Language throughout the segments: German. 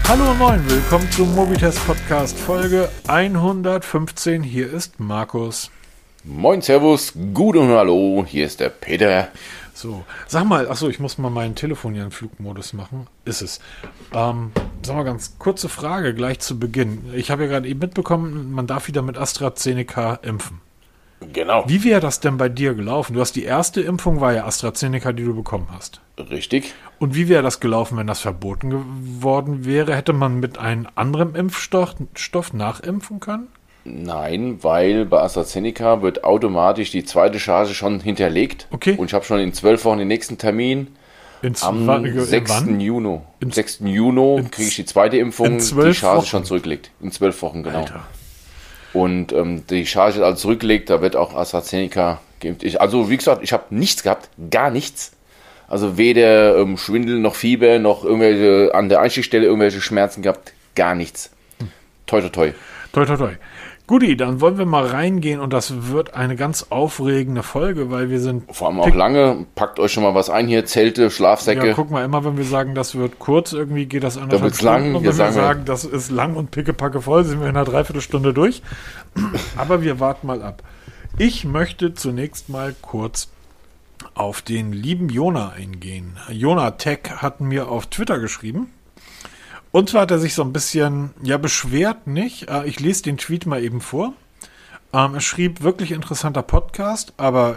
Hallo und moin, willkommen zum Mobitest Podcast Folge 115. Hier ist Markus. Moin, Servus, gut und hallo, hier ist der Peter. So, sag mal, achso, ich muss mal mein Telefon hier in Flugmodus machen. Ist es. Sag mal, ganz kurze Frage gleich zu Beginn. Ich habe ja gerade eben mitbekommen, man darf wieder mit AstraZeneca impfen. Genau. Wie wäre das denn bei dir gelaufen? Du hast die erste Impfung, war ja AstraZeneca, die du bekommen hast. Richtig. Und wie wäre das gelaufen, wenn das verboten geworden wäre? Hätte man mit einem anderen Impfstoff nachimpfen können? Nein, weil bei AstraZeneca wird automatisch die zweite Charge schon hinterlegt. Okay. Und ich habe schon in 12 Wochen den nächsten Termin. Am 6. Juni. Am 6. Juni kriege ich die zweite Impfung, die Charge schon zurücklegt. In 12 Wochen, genau. Alter. Und die Charge ist also zurückgelegt, da wird auch AstraZeneca geimpft. Also wie gesagt, ich habe nichts gehabt, gar nichts. Also weder Schwindel noch Fieber noch irgendwelche an der Einstichstelle irgendwelche Schmerzen gehabt, gar nichts. Toi, toi, toi. Toi, toi, toi. Guti, dann wollen wir mal reingehen und das wird eine ganz aufregende Folge, weil wir sind... Vor allem auch lange. Packt euch schon mal was ein hier, Zelte, Schlafsäcke. Ja, guck mal, immer wenn wir sagen, das wird kurz, irgendwie geht das Da wird's lang. Und wenn wir sagen, das ist lang und pickepacke voll, sind wir in einer Dreiviertelstunde durch. Aber wir warten mal ab. Ich möchte zunächst mal kurz auf den lieben Jona eingehen. Jona Tech hat mir auf Twitter geschrieben. Und zwar hat er sich so ein bisschen, beschwert nicht. Ich lese den Tweet mal eben vor. Er schrieb, wirklich interessanter Podcast, aber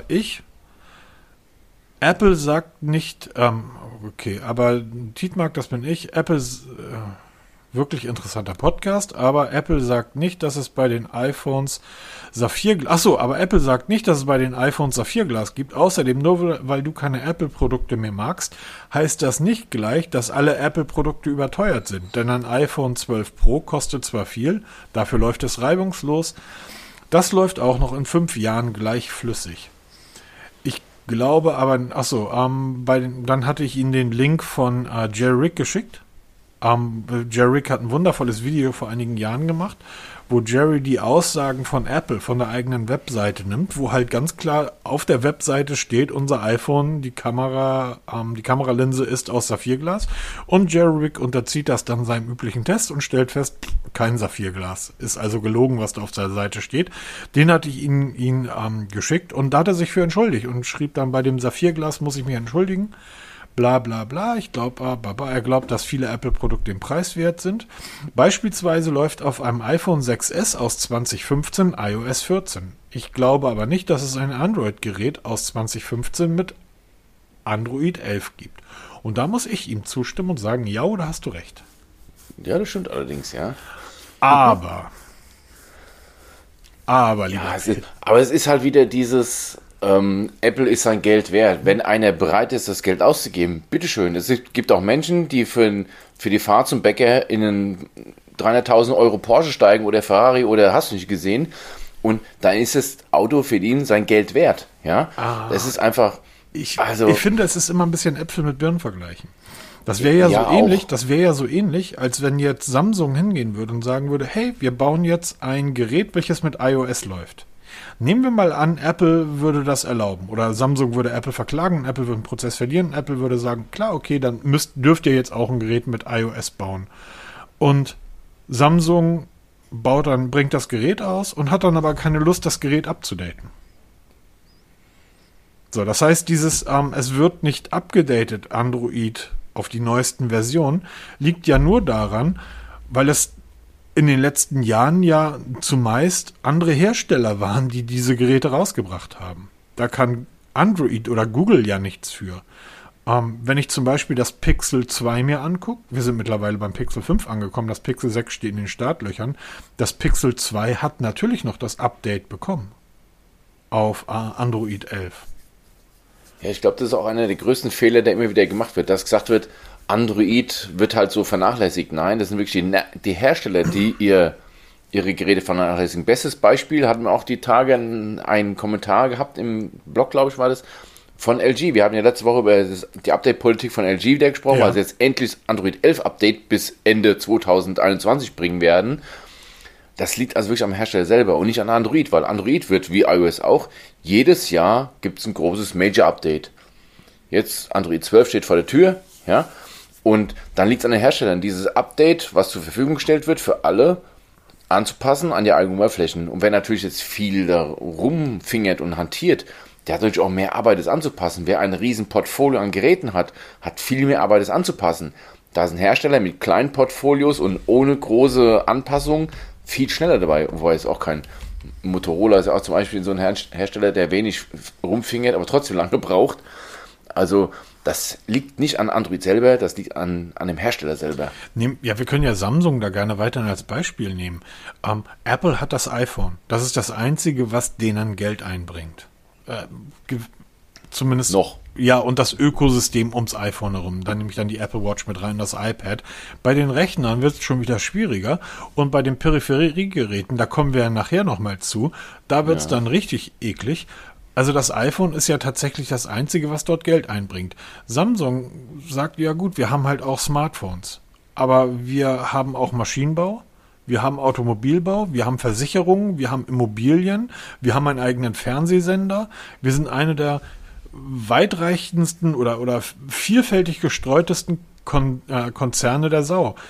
Apple sagt nicht, okay, aber Tietmark, das bin ich, wirklich interessanter Podcast, aber Apple sagt nicht, dass es bei den iPhones aber Apple sagt nicht, dass es bei den iPhones Saphirglas gibt. Außerdem, nur weil du keine Apple-Produkte mehr magst, heißt das nicht gleich, dass alle Apple-Produkte überteuert sind. Denn ein iPhone 12 Pro kostet zwar viel, dafür läuft es reibungslos. Das läuft auch noch in 5 Jahren gleich flüssig. Ich glaube aber, dann hatte ich Ihnen den Link von Jerry Rick geschickt. Jerry Rick hat ein wundervolles Video vor einigen Jahren gemacht, wo Jerry die Aussagen von Apple von der eigenen Webseite nimmt, wo halt ganz klar auf der Webseite steht, unser iPhone, die Kameralinse ist aus Saphirglas, und Jerry Rick unterzieht das dann seinem üblichen Test und stellt fest, kein Saphirglas. Ist also gelogen, was da auf der Seite steht. Den hatte ich ihn geschickt und da hat er sich für entschuldigt und schrieb dann, bei dem Saphirglas muss ich mich entschuldigen. Bla bla bla, er glaubt, dass viele Apple-Produkte im Preis wert sind. Beispielsweise läuft auf einem iPhone 6s aus 2015 iOS 14. Ich glaube aber nicht, dass es ein Android-Gerät aus 2015 mit Android 11 gibt. Und da muss ich ihm zustimmen und sagen, ja, da hast du recht. Ja, das stimmt allerdings, ja. Aber, lieber ja, es ist halt wieder dieses... Apple ist sein Geld wert. Wenn einer bereit ist, das Geld auszugeben, bitteschön. Es gibt auch Menschen, die für die Fahrt zum Bäcker in einen 300.000 Euro Porsche steigen oder Ferrari oder hast du nicht gesehen. Und dann ist das Auto für ihn sein Geld wert. Ja, das ist einfach... Ich finde, es ist immer ein bisschen Äpfel mit Birnen vergleichen. Das wäre ja so ähnlich, als wenn jetzt Samsung hingehen würde und sagen würde, hey, wir bauen jetzt ein Gerät, welches mit iOS läuft. Nehmen wir mal an, Apple würde das erlauben oder Samsung würde Apple verklagen, Apple würde einen Prozess verlieren, Apple würde sagen, klar, okay, dann dürft ihr jetzt auch ein Gerät mit iOS bauen. Und Samsung bringt das Gerät aus und hat dann aber keine Lust, das Gerät abzudaten. So, das heißt, es wird nicht abgedatet, Android auf die neuesten Versionen, liegt ja nur daran, weil es in den letzten Jahren ja zumeist andere Hersteller waren, die diese Geräte rausgebracht haben. Da kann Android oder Google ja nichts für. Wenn ich zum Beispiel das Pixel 2 mir angucke, wir sind mittlerweile beim Pixel 5 angekommen, das Pixel 6 steht in den Startlöchern, das Pixel 2 hat natürlich noch das Update bekommen auf Android 11. Ja, ich glaube, das ist auch einer der größten Fehler, der immer wieder gemacht wird, dass gesagt wird, Android wird halt so vernachlässigt. Nein, das sind wirklich die Hersteller, die ihre Geräte vernachlässigen. Bestes Beispiel hatten wir auch die Tage einen Kommentar gehabt im Blog, glaube ich, war das, von LG. Wir haben ja letzte Woche über die Update-Politik von LG wieder gesprochen, weil sie jetzt endlich das Android 11 Update bis Ende 2021 bringen werden. Das liegt also wirklich am Hersteller selber und nicht an Android, weil Android wird, wie iOS auch, jedes Jahr gibt es ein großes Major-Update. Jetzt Android 12 steht vor der Tür, ja. Und dann liegt es an den Herstellern, dieses Update, was zur Verfügung gestellt wird, für alle anzupassen an die Allgemeinflächen. Und wer natürlich jetzt viel da rumfingert und hantiert, der hat natürlich auch mehr Arbeit, es anzupassen. Wer ein riesen Portfolio an Geräten hat, hat viel mehr Arbeit, es anzupassen. Da ist ein Hersteller mit kleinen Portfolios und ohne große Anpassungen viel schneller dabei. Wobei es auch kein Motorola ist ja auch zum Beispiel so ein Hersteller, der wenig rumfingert, aber trotzdem lange braucht. Also das liegt nicht an Android selber, das liegt an dem Hersteller selber. Ja, wir können ja Samsung da gerne weiterhin als Beispiel nehmen. Apple hat das iPhone. Das ist das Einzige, was denen Geld einbringt. Zumindest noch. Ja, und das Ökosystem ums iPhone herum. Dann nehme ich dann die Apple Watch mit rein, das iPad. Bei den Rechnern wird es schon wieder schwieriger. Und bei den Peripheriegeräten, da kommen wir ja nachher nochmal zu, da wird es dann richtig eklig. Also das iPhone ist ja tatsächlich das Einzige, was dort Geld einbringt. Samsung sagt, ja gut, wir haben halt auch Smartphones. Aber wir haben auch Maschinenbau, wir haben Automobilbau, wir haben Versicherungen, wir haben Immobilien, wir haben einen eigenen Fernsehsender. Wir sind eine der weitreichendsten oder vielfältig gestreutesten Konzerne der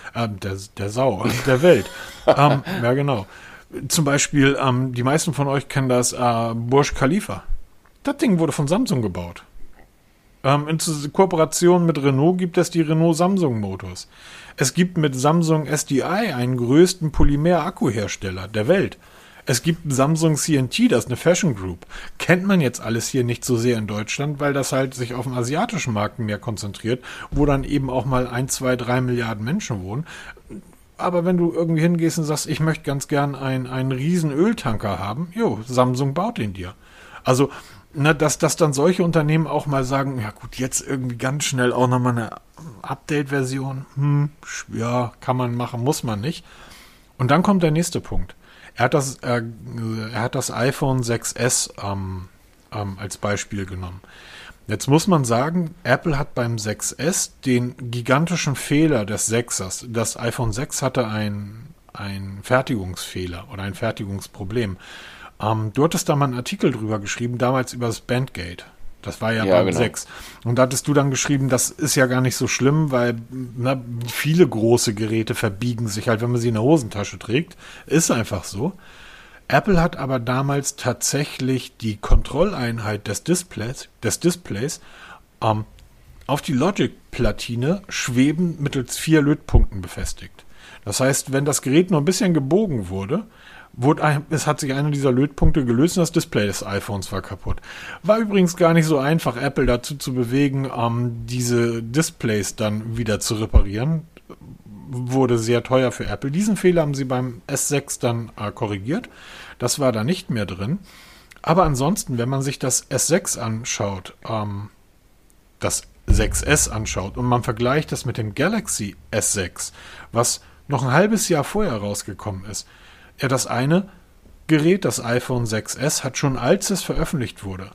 Welt. Ja, genau. Zum Beispiel, die meisten von euch kennen das Burj Khalifa. Das Ding wurde von Samsung gebaut. In Kooperation mit Renault gibt es die Renault-Samsung-Motors. Es gibt mit Samsung SDI einen größten Polymer-Akkuhersteller der Welt. Es gibt Samsung C&T, das ist eine Fashion Group. Kennt man jetzt alles hier nicht so sehr in Deutschland, weil das halt sich auf den asiatischen Markt mehr konzentriert, wo dann eben auch mal 1, 2, 3 Milliarden Menschen wohnen. Aber wenn du irgendwie hingehst und sagst, ich möchte ganz gern einen riesen Öltanker haben, Samsung baut den dir. Also, dass dann solche Unternehmen auch mal sagen, ja gut, jetzt irgendwie ganz schnell auch nochmal eine Update-Version, ja, kann man machen, muss man nicht. Und dann kommt der nächste Punkt. Er hat das iPhone 6S als Beispiel genommen. Jetzt muss man sagen, Apple hat beim 6S den gigantischen Fehler des 6ers. Das iPhone 6 hatte einen Fertigungsfehler oder ein Fertigungsproblem. Du hattest da mal einen Artikel drüber geschrieben, damals über das Bandgate. Das war ja beim 6. Und da hattest du dann geschrieben, das ist ja gar nicht so schlimm, weil viele große Geräte verbiegen sich halt, wenn man sie in der Hosentasche trägt. Ist einfach so. Apple hat aber damals tatsächlich die Kontrolleinheit des Displays auf die Logic-Platine schwebend mittels 4 Lötpunkten befestigt. Das heißt, wenn das Gerät nur ein bisschen gebogen wurde, hat sich einer dieser Lötpunkte gelöst und das Display des iPhones war kaputt. War übrigens gar nicht so einfach, Apple dazu zu bewegen, diese Displays dann wieder zu reparieren. Wurde sehr teuer für Apple. Diesen Fehler haben sie beim S6 dann korrigiert. Das war da nicht mehr drin. Aber ansonsten, wenn man sich das S6 anschaut, das 6S anschaut und man vergleicht das mit dem Galaxy S6, was noch ein halbes Jahr vorher rausgekommen ist, ja, das eine Gerät, das iPhone 6S, hat schon, als es veröffentlicht wurde,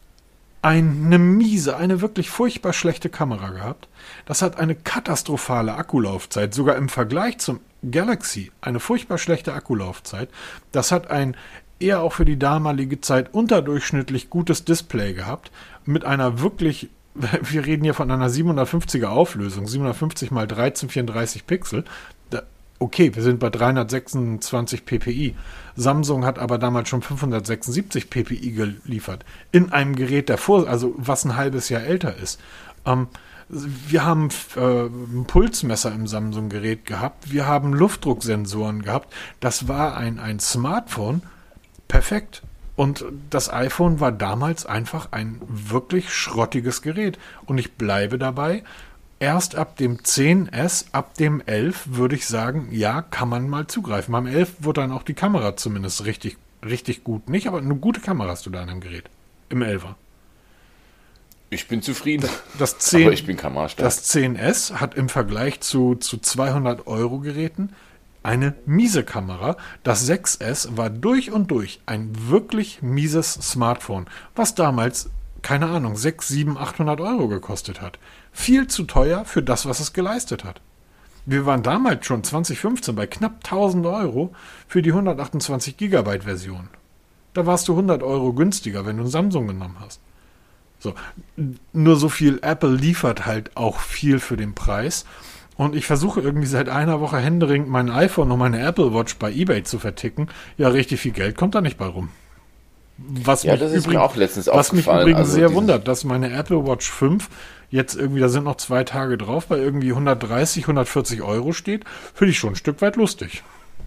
eine wirklich furchtbar schlechte Kamera gehabt. Das hat eine katastrophale Akkulaufzeit, sogar im Vergleich zum Galaxy eine furchtbar schlechte Akkulaufzeit. Das hat ein eher auch für die damalige Zeit unterdurchschnittlich gutes Display gehabt, mit einer wirklich, wir reden hier von einer 750er Auflösung, 750 mal 1334 Pixel. Okay, wir sind bei 326 ppi. Samsung hat aber damals schon 576 ppi geliefert. In einem Gerät also was ein halbes Jahr älter ist. Wir haben ein Pulsmesser im Samsung-Gerät gehabt. Wir haben Luftdrucksensoren gehabt. Das war ein Smartphone. Perfekt. Und das iPhone war damals einfach ein wirklich schrottiges Gerät. Und ich bleibe dabei. Erst ab dem 10S, ab dem 11 würde ich sagen, ja, kann man mal zugreifen. Beim 11 wurde dann auch die Kamera zumindest richtig, richtig gut. Nicht, aber eine gute Kamera hast du da an dem Gerät. Im 11er. Ich bin zufrieden. Aber ich bin kamerastark. Das 10S hat im Vergleich zu 200-Euro-Geräten eine miese Kamera. Das 6S war durch und durch ein wirklich mieses Smartphone, was damals, keine Ahnung, 600, 700, 800 Euro gekostet hat. Viel zu teuer für das, was es geleistet hat. Wir waren damals schon 2015 bei knapp 1000 Euro für die 128 GB Version. Da warst du 100 Euro günstiger, wenn du ein Samsung genommen hast. So, nur so viel, Apple liefert halt auch viel für den Preis. Und ich versuche irgendwie seit einer Woche händeringend mein iPhone und meine Apple Watch bei eBay zu verticken. Ja, richtig viel Geld kommt da nicht bei rum. Was Ja, das ist mir auch letztens was mich aufgefallen. übrigens Also sehr dieses- wundert, dass meine Apple Watch 5 jetzt irgendwie, da sind noch 2 Tage drauf, bei irgendwie 130, 140 Euro steht. Finde ich schon ein Stück weit lustig.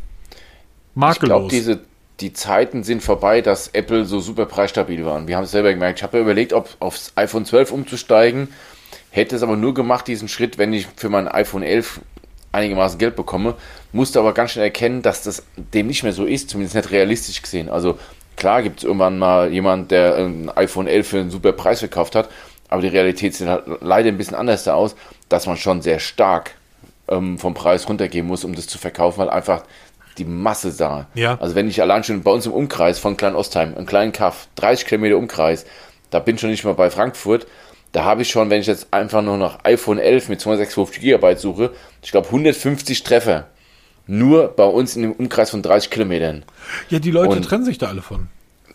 Ich glaube, Makellos. die Zeiten sind vorbei, dass Apple so super preisstabil waren. Wir haben es selber gemerkt. Ich habe ja überlegt, ob aufs iPhone 12 umzusteigen. Hätte es aber nur gemacht, diesen Schritt, wenn ich für mein iPhone 11 einigermaßen Geld bekomme. Musste aber ganz schnell erkennen, dass das dem nicht mehr so ist, zumindest nicht realistisch gesehen. Also klar gibt es irgendwann mal jemand, der ein iPhone 11 für einen super Preis verkauft hat, aber die Realität sieht halt leider ein bisschen anders da aus, dass man schon sehr stark vom Preis runtergehen muss, um das zu verkaufen, weil einfach die Masse da. Ja. Also wenn ich allein schon bei uns im Umkreis von Klein-Ostheim, einen kleinen Kaff, 30 Kilometer Umkreis, da bin ich schon nicht mal bei Frankfurt, da habe ich schon, wenn ich jetzt einfach nur noch iPhone 11 mit 256 GB suche, ich glaube 150 Treffer. Nur bei uns in dem Umkreis von 30 Kilometern. Ja, die Leute Und- trennen sich da alle von.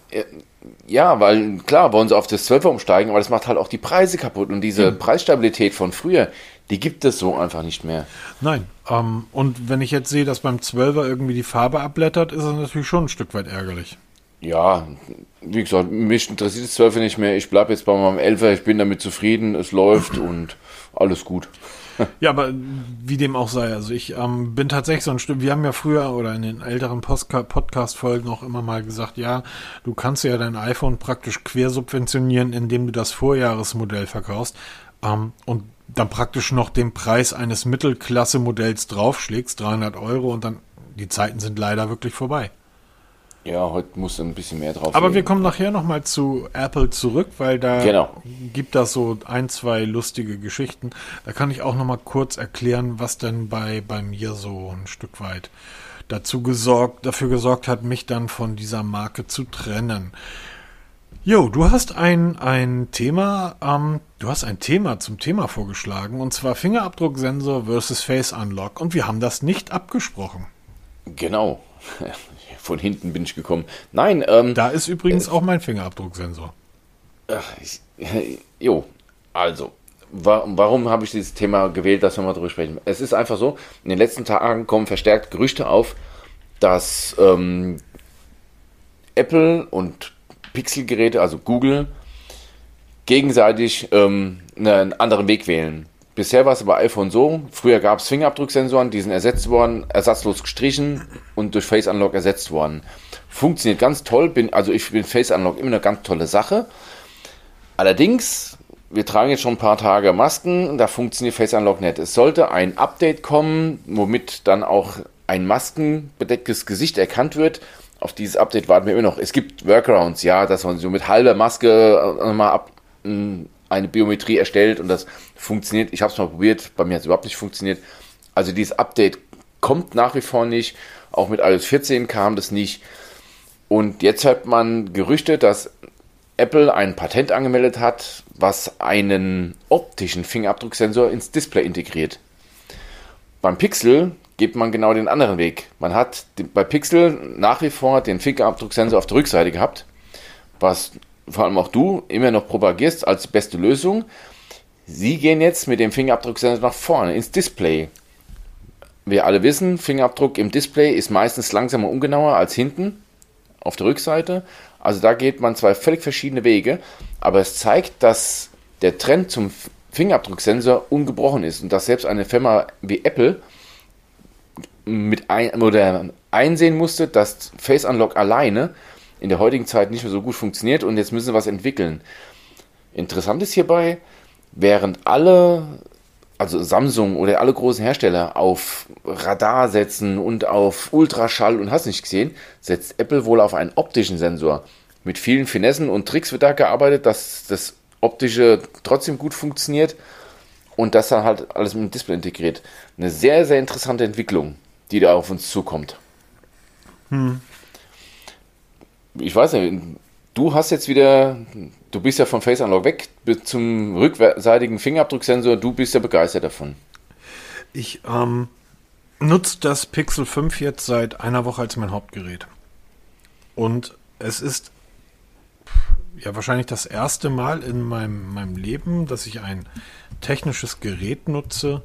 Ja, weil klar, wollen sie auf das 12er umsteigen, aber das macht halt auch die Preise kaputt. Und diese Preisstabilität von früher, die gibt es so einfach nicht mehr. Nein. Und wenn ich jetzt sehe, dass beim 12er irgendwie die Farbe abblättert, ist das natürlich schon ein Stück weit ärgerlich. Ja, wie gesagt, mich interessiert das 12er nicht mehr. Ich bleibe jetzt bei meinem 11er, ich bin damit zufrieden, es läuft und alles gut. Ja, aber wie dem auch sei, also ich bin tatsächlich so ein Stück, wir haben ja früher oder in den älteren Podcast-Folgen auch immer mal gesagt, ja, du kannst ja dein iPhone praktisch quersubventionieren, indem du das Vorjahresmodell verkaufst und dann praktisch noch den Preis eines Mittelklasse-Modells draufschlägst, 300 Euro und dann, die Zeiten sind leider wirklich vorbei. Ja, heute muss ein bisschen mehr drauf Aber wir legen. kommen nachher nochmal zu Apple zurück, weil da Genau. gibt das so 1, 2 lustige Geschichten. Da kann ich auch nochmal kurz erklären, was denn bei mir so ein Stück weit dafür gesorgt hat, mich dann von dieser Marke zu trennen. Jo, du hast ein Thema zum Thema vorgeschlagen, und zwar Fingerabdrucksensor versus Face Unlock, und wir haben das nicht abgesprochen. Genau. Von hinten bin ich gekommen. Nein, Da ist übrigens auch mein Fingerabdrucksensor. Also, warum habe ich dieses Thema gewählt, dass wir mal drüber sprechen? Es ist einfach so, in den letzten Tagen kommen verstärkt Gerüchte auf, dass Apple und Pixel-Geräte, also Google, gegenseitig einen anderen Weg wählen. Bisher war es bei iPhone so, früher gab es Fingerabdrucksensoren, die sind ersetzt worden, ersatzlos gestrichen und durch Face Unlock ersetzt worden. Funktioniert ganz toll, ich finde Face Unlock immer eine ganz tolle Sache. Allerdings, wir tragen jetzt schon ein paar Tage Masken, da funktioniert Face Unlock nicht. Es sollte ein Update kommen, womit dann auch ein maskenbedecktes Gesicht erkannt wird. Auf dieses Update warten wir immer noch. Es gibt Workarounds, ja, dass man so mit halber Maske mal eine Biometrie erstellt und das funktioniert. Ich habe es mal probiert, bei mir hat es überhaupt nicht funktioniert. Also dieses Update kommt nach wie vor nicht. Auch mit iOS 14 kam das nicht. Und jetzt hört man Gerüchte, dass Apple ein Patent angemeldet hat, was einen optischen Fingerabdrucksensor ins Display integriert. Beim Pixel geht man genau den anderen Weg. Man hat bei Pixel nach wie vor den Fingerabdrucksensor auf der Rückseite gehabt, was vor allem auch du immer noch propagierst als beste Lösung. Sie gehen jetzt mit dem Fingerabdrucksensor nach vorne ins Display. Wir alle wissen, Fingerabdruck im Display ist meistens langsamer und ungenauer als hinten auf der Rückseite. Also da geht man zwei völlig verschiedene Wege, aber es zeigt, dass der Trend zum Fingerabdrucksensor ungebrochen ist und dass selbst eine Firma wie Apple einsehen musste, dass Face Unlock alleine in der heutigen Zeit nicht mehr so gut funktioniert und jetzt müssen sie was entwickeln. Interessant ist hierbei, während also Samsung oder alle großen Hersteller auf Radar setzen und auf Ultraschall und hast nicht gesehen, setzt Apple wohl auf einen optischen Sensor. Mit vielen Finessen und Tricks wird da gearbeitet, dass das optische trotzdem gut funktioniert und das dann halt alles mit dem Display integriert. Eine sehr, sehr interessante Entwicklung, die da auf uns zukommt. Ich weiß nicht, du bist ja von Face Unlock weg zum rückseitigen Fingerabdrucksensor, du bist ja begeistert davon. Ich nutze das Pixel 5 jetzt seit einer Woche als mein Hauptgerät. Und es ist ja wahrscheinlich das erste Mal in meinem Leben, dass ich ein technisches Gerät nutze.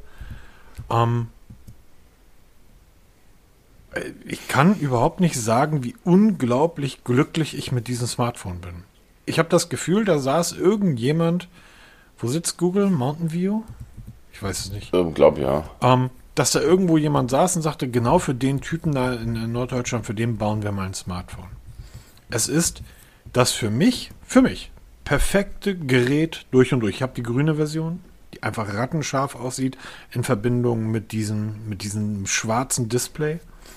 Ich kann überhaupt nicht sagen, wie unglaublich glücklich ich mit diesem Smartphone bin. Ich habe das Gefühl, da saß irgendjemand, wo sitzt Google? Mountain View? Ich weiß es nicht. Glaube ja. Dass da irgendwo jemand saß und sagte, genau für den Typen da in Norddeutschland, für den bauen wir mal ein Smartphone. Es ist das für mich perfekte Gerät durch und durch. Ich habe die grüne Version, die einfach rattenscharf aussieht, in Verbindung mit diesem schwarzen Display.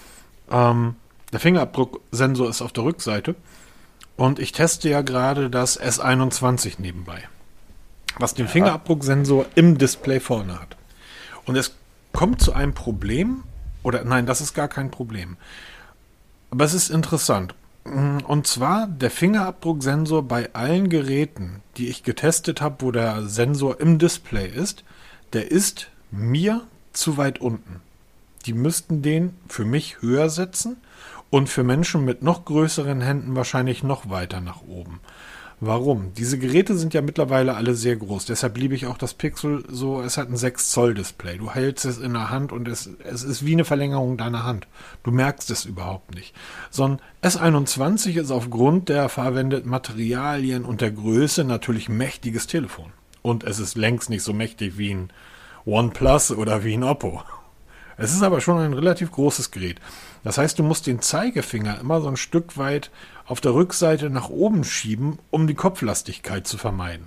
Der Fingerabdrucksensor ist auf der Rückseite und ich teste ja gerade das S21 nebenbei, was den Fingerabdrucksensor im Display vorne hat. Und es kommt zu einem Problem, oder nein, das ist gar kein Problem. Aber es ist interessant. Und zwar der Fingerabdrucksensor bei allen Geräten, die ich getestet habe, wo der Sensor im Display ist, der ist mir zu weit unten. Die müssten den für mich höher setzen und für Menschen mit noch größeren Händen wahrscheinlich noch weiter nach oben. Warum? Diese Geräte sind ja mittlerweile alle sehr groß. Deshalb liebe ich auch das Pixel so. Es hat ein 6 Zoll Display. Du hältst es in der Hand und es ist wie eine Verlängerung deiner Hand. Du merkst es überhaupt nicht. So ein S21 ist aufgrund der verwendeten Materialien und der Größe natürlich ein mächtiges Telefon. Und es ist längst nicht so mächtig wie ein OnePlus oder wie ein Oppo. Es ist aber schon ein relativ großes Gerät. Das heißt, du musst den Zeigefinger immer so ein Stück weit auf der Rückseite nach oben schieben, um die Kopflastigkeit zu vermeiden.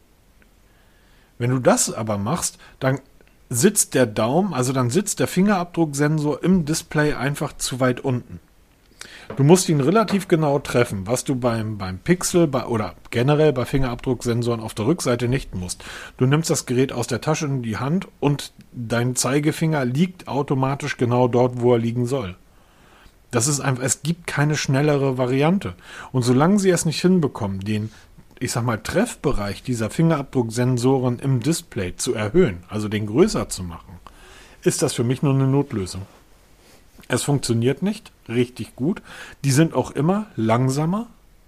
Wenn du das aber machst, dann sitzt der Daumen, also dann sitzt der Fingerabdrucksensor im Display einfach zu weit unten. Du musst ihn relativ genau treffen, was du beim Pixel oder generell bei Fingerabdrucksensoren auf der Rückseite nicht musst. Du nimmst das Gerät aus der Tasche in die Hand und dein Zeigefinger liegt automatisch genau dort, wo er liegen soll. Das ist einfach, es gibt keine schnellere Variante. Und solange sie es nicht hinbekommen, den, ich sag mal, Treffbereich dieser Fingerabdrucksensoren im Display zu erhöhen, also den größer zu machen, ist das für mich nur eine Notlösung. Es funktioniert nicht richtig gut. Die sind auch immer langsamer.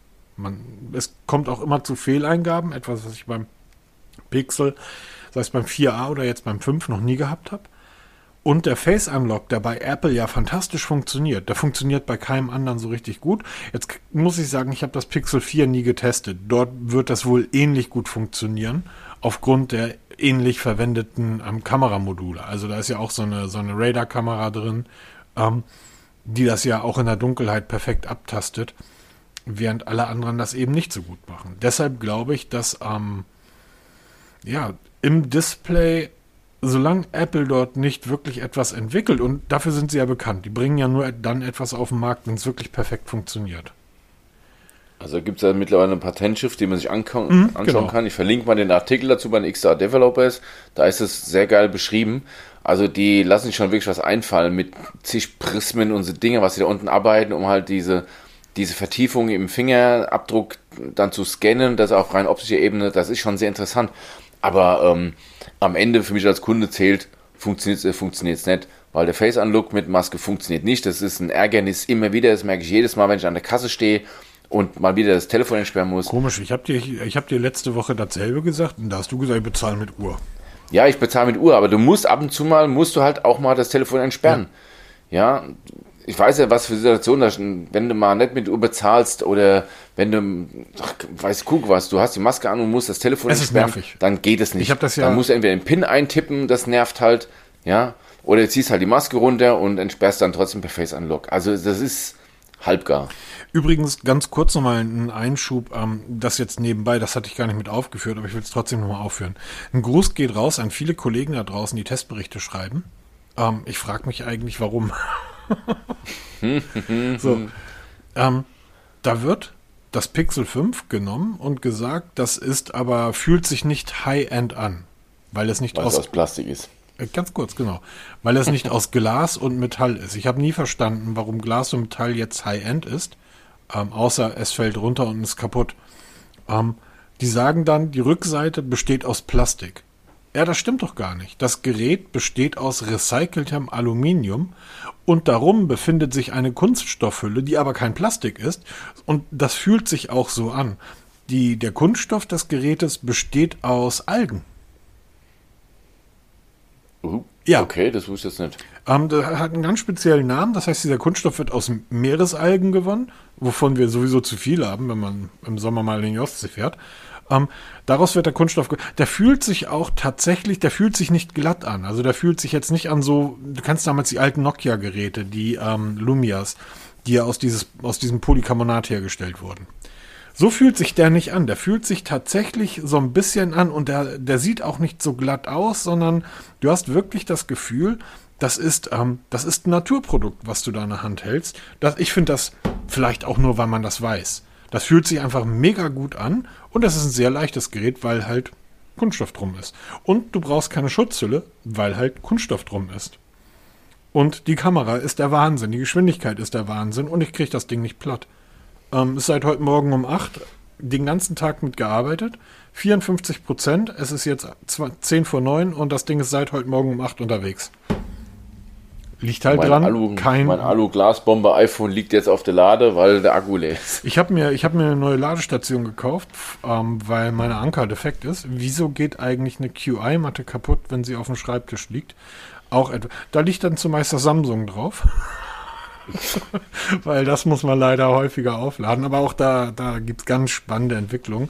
Es kommt auch immer zu Fehleingaben. Etwas, was ich beim Pixel, sei es beim 4a oder jetzt beim 5 noch nie gehabt habe. Und der Face Unlock, der bei Apple ja fantastisch funktioniert, der funktioniert bei keinem anderen so richtig gut. Jetzt muss ich sagen, ich habe das Pixel 4 nie getestet. Dort wird das wohl ähnlich gut funktionieren, aufgrund der ähnlich verwendeten Kameramodule. Also da ist ja auch so eine Radar-Kamera drin, die das ja auch in der Dunkelheit perfekt abtastet, während alle anderen das eben nicht so gut machen. Deshalb glaube ich, dass im Display, solange Apple dort nicht wirklich etwas entwickelt, und dafür sind sie ja bekannt, die bringen ja nur dann etwas auf den Markt, wenn es wirklich perfekt funktioniert. Also gibt es ja mittlerweile eine Patentschrift, die man sich anschauen kann. Ich verlinke mal den Artikel dazu bei den XR Developers. Da ist es sehr geil beschrieben. Also die lassen sich schon wirklich was einfallen mit zig Prismen und so Dinge, was sie da unten arbeiten, um halt diese Vertiefung im Fingerabdruck dann zu scannen. Das auf rein optischer Ebene, das ist schon sehr interessant. Aber am Ende für mich als Kunde zählt, funktioniert es nicht, weil der Face Unlock mit Maske funktioniert nicht. Das ist ein Ärgernis immer wieder. Das merke ich jedes Mal, wenn ich an der Kasse stehe und mal wieder das Telefon entsperren muss. Komisch, ich hab dir letzte Woche dasselbe gesagt und da hast du gesagt, ich bezahle mit Uhr. Ja, ich bezahle mit Uhr, aber du musst ab und zu mal, halt auch mal das Telefon entsperren. Ja, ich weiß ja, was für Situationen da sind, wenn du mal nicht mit Uhr bezahlst oder wenn du, du hast die Maske an und musst das Telefon entsperren, dann geht es nicht. Dann musst du entweder den PIN eintippen, das nervt halt, ja, oder du ziehst halt die Maske runter und entsperrst dann trotzdem per Face Unlock. Also das ist halbgar. Übrigens, ganz kurz nochmal ein Einschub, das jetzt nebenbei, das hatte ich gar nicht mit aufgeführt, aber ich will es trotzdem nochmal aufführen. Ein Gruß geht raus an viele Kollegen da draußen, die Testberichte schreiben. Ich frage mich eigentlich, warum. Da wird das Pixel 5 genommen und gesagt, fühlt sich nicht High-End an, weil es nicht aus Plastik ist. Ganz kurz, genau. Weil es nicht aus Glas und Metall ist. Ich habe nie verstanden, warum Glas und Metall jetzt High-End ist, außer es fällt runter und ist kaputt. Die sagen dann, die Rückseite besteht aus Plastik. Ja, das stimmt doch gar nicht. Das Gerät besteht aus recyceltem Aluminium und darum befindet sich eine Kunststoffhülle, die aber kein Plastik ist und das fühlt sich auch so an. der Kunststoff des Gerätes besteht aus Algen. Ja. Okay, das wusste ich jetzt nicht. Das hat einen ganz speziellen Namen. Das heißt, dieser Kunststoff wird aus Meeresalgen gewonnen, wovon wir sowieso zu viel haben, wenn man im Sommer mal in die Ostsee fährt. Daraus wird der Kunststoff, der fühlt sich auch tatsächlich, der fühlt sich nicht glatt an. Also der fühlt sich jetzt nicht an so, du kennst damals die alten Nokia-Geräte, die Lumias, die ja aus diesem Polycarbonat hergestellt wurden. So fühlt sich der nicht an. Der fühlt sich tatsächlich so ein bisschen an und der sieht auch nicht so glatt aus, sondern du hast wirklich das Gefühl, das ist ein Naturprodukt, was du da in der Hand hältst. Ich finde das vielleicht auch nur, weil man das weiß. Das fühlt sich einfach mega gut an und das ist ein sehr leichtes Gerät, weil halt Kunststoff drum ist. Und du brauchst keine Schutzhülle, weil halt Kunststoff drum ist. Und die Kamera ist der Wahnsinn, die Geschwindigkeit ist der Wahnsinn und ich kriege das Ding nicht platt. Ist seit heute Morgen um 8 den ganzen Tag mitgearbeitet. 54%. Es ist jetzt 10 vor 9 und das Ding ist seit heute Morgen um 8 unterwegs. Liegt halt dran. Mein Alu-Glasbomber iPhone liegt jetzt auf der Lade, weil der Akku leer ist. Ich hab mir eine neue Ladestation gekauft, weil meine Anker defekt ist. Wieso geht eigentlich eine QI-Matte kaputt, wenn sie auf dem Schreibtisch liegt? Da liegt dann zumeist das Samsung drauf. Weil das muss man leider häufiger aufladen. Aber auch da gibt es ganz spannende Entwicklungen.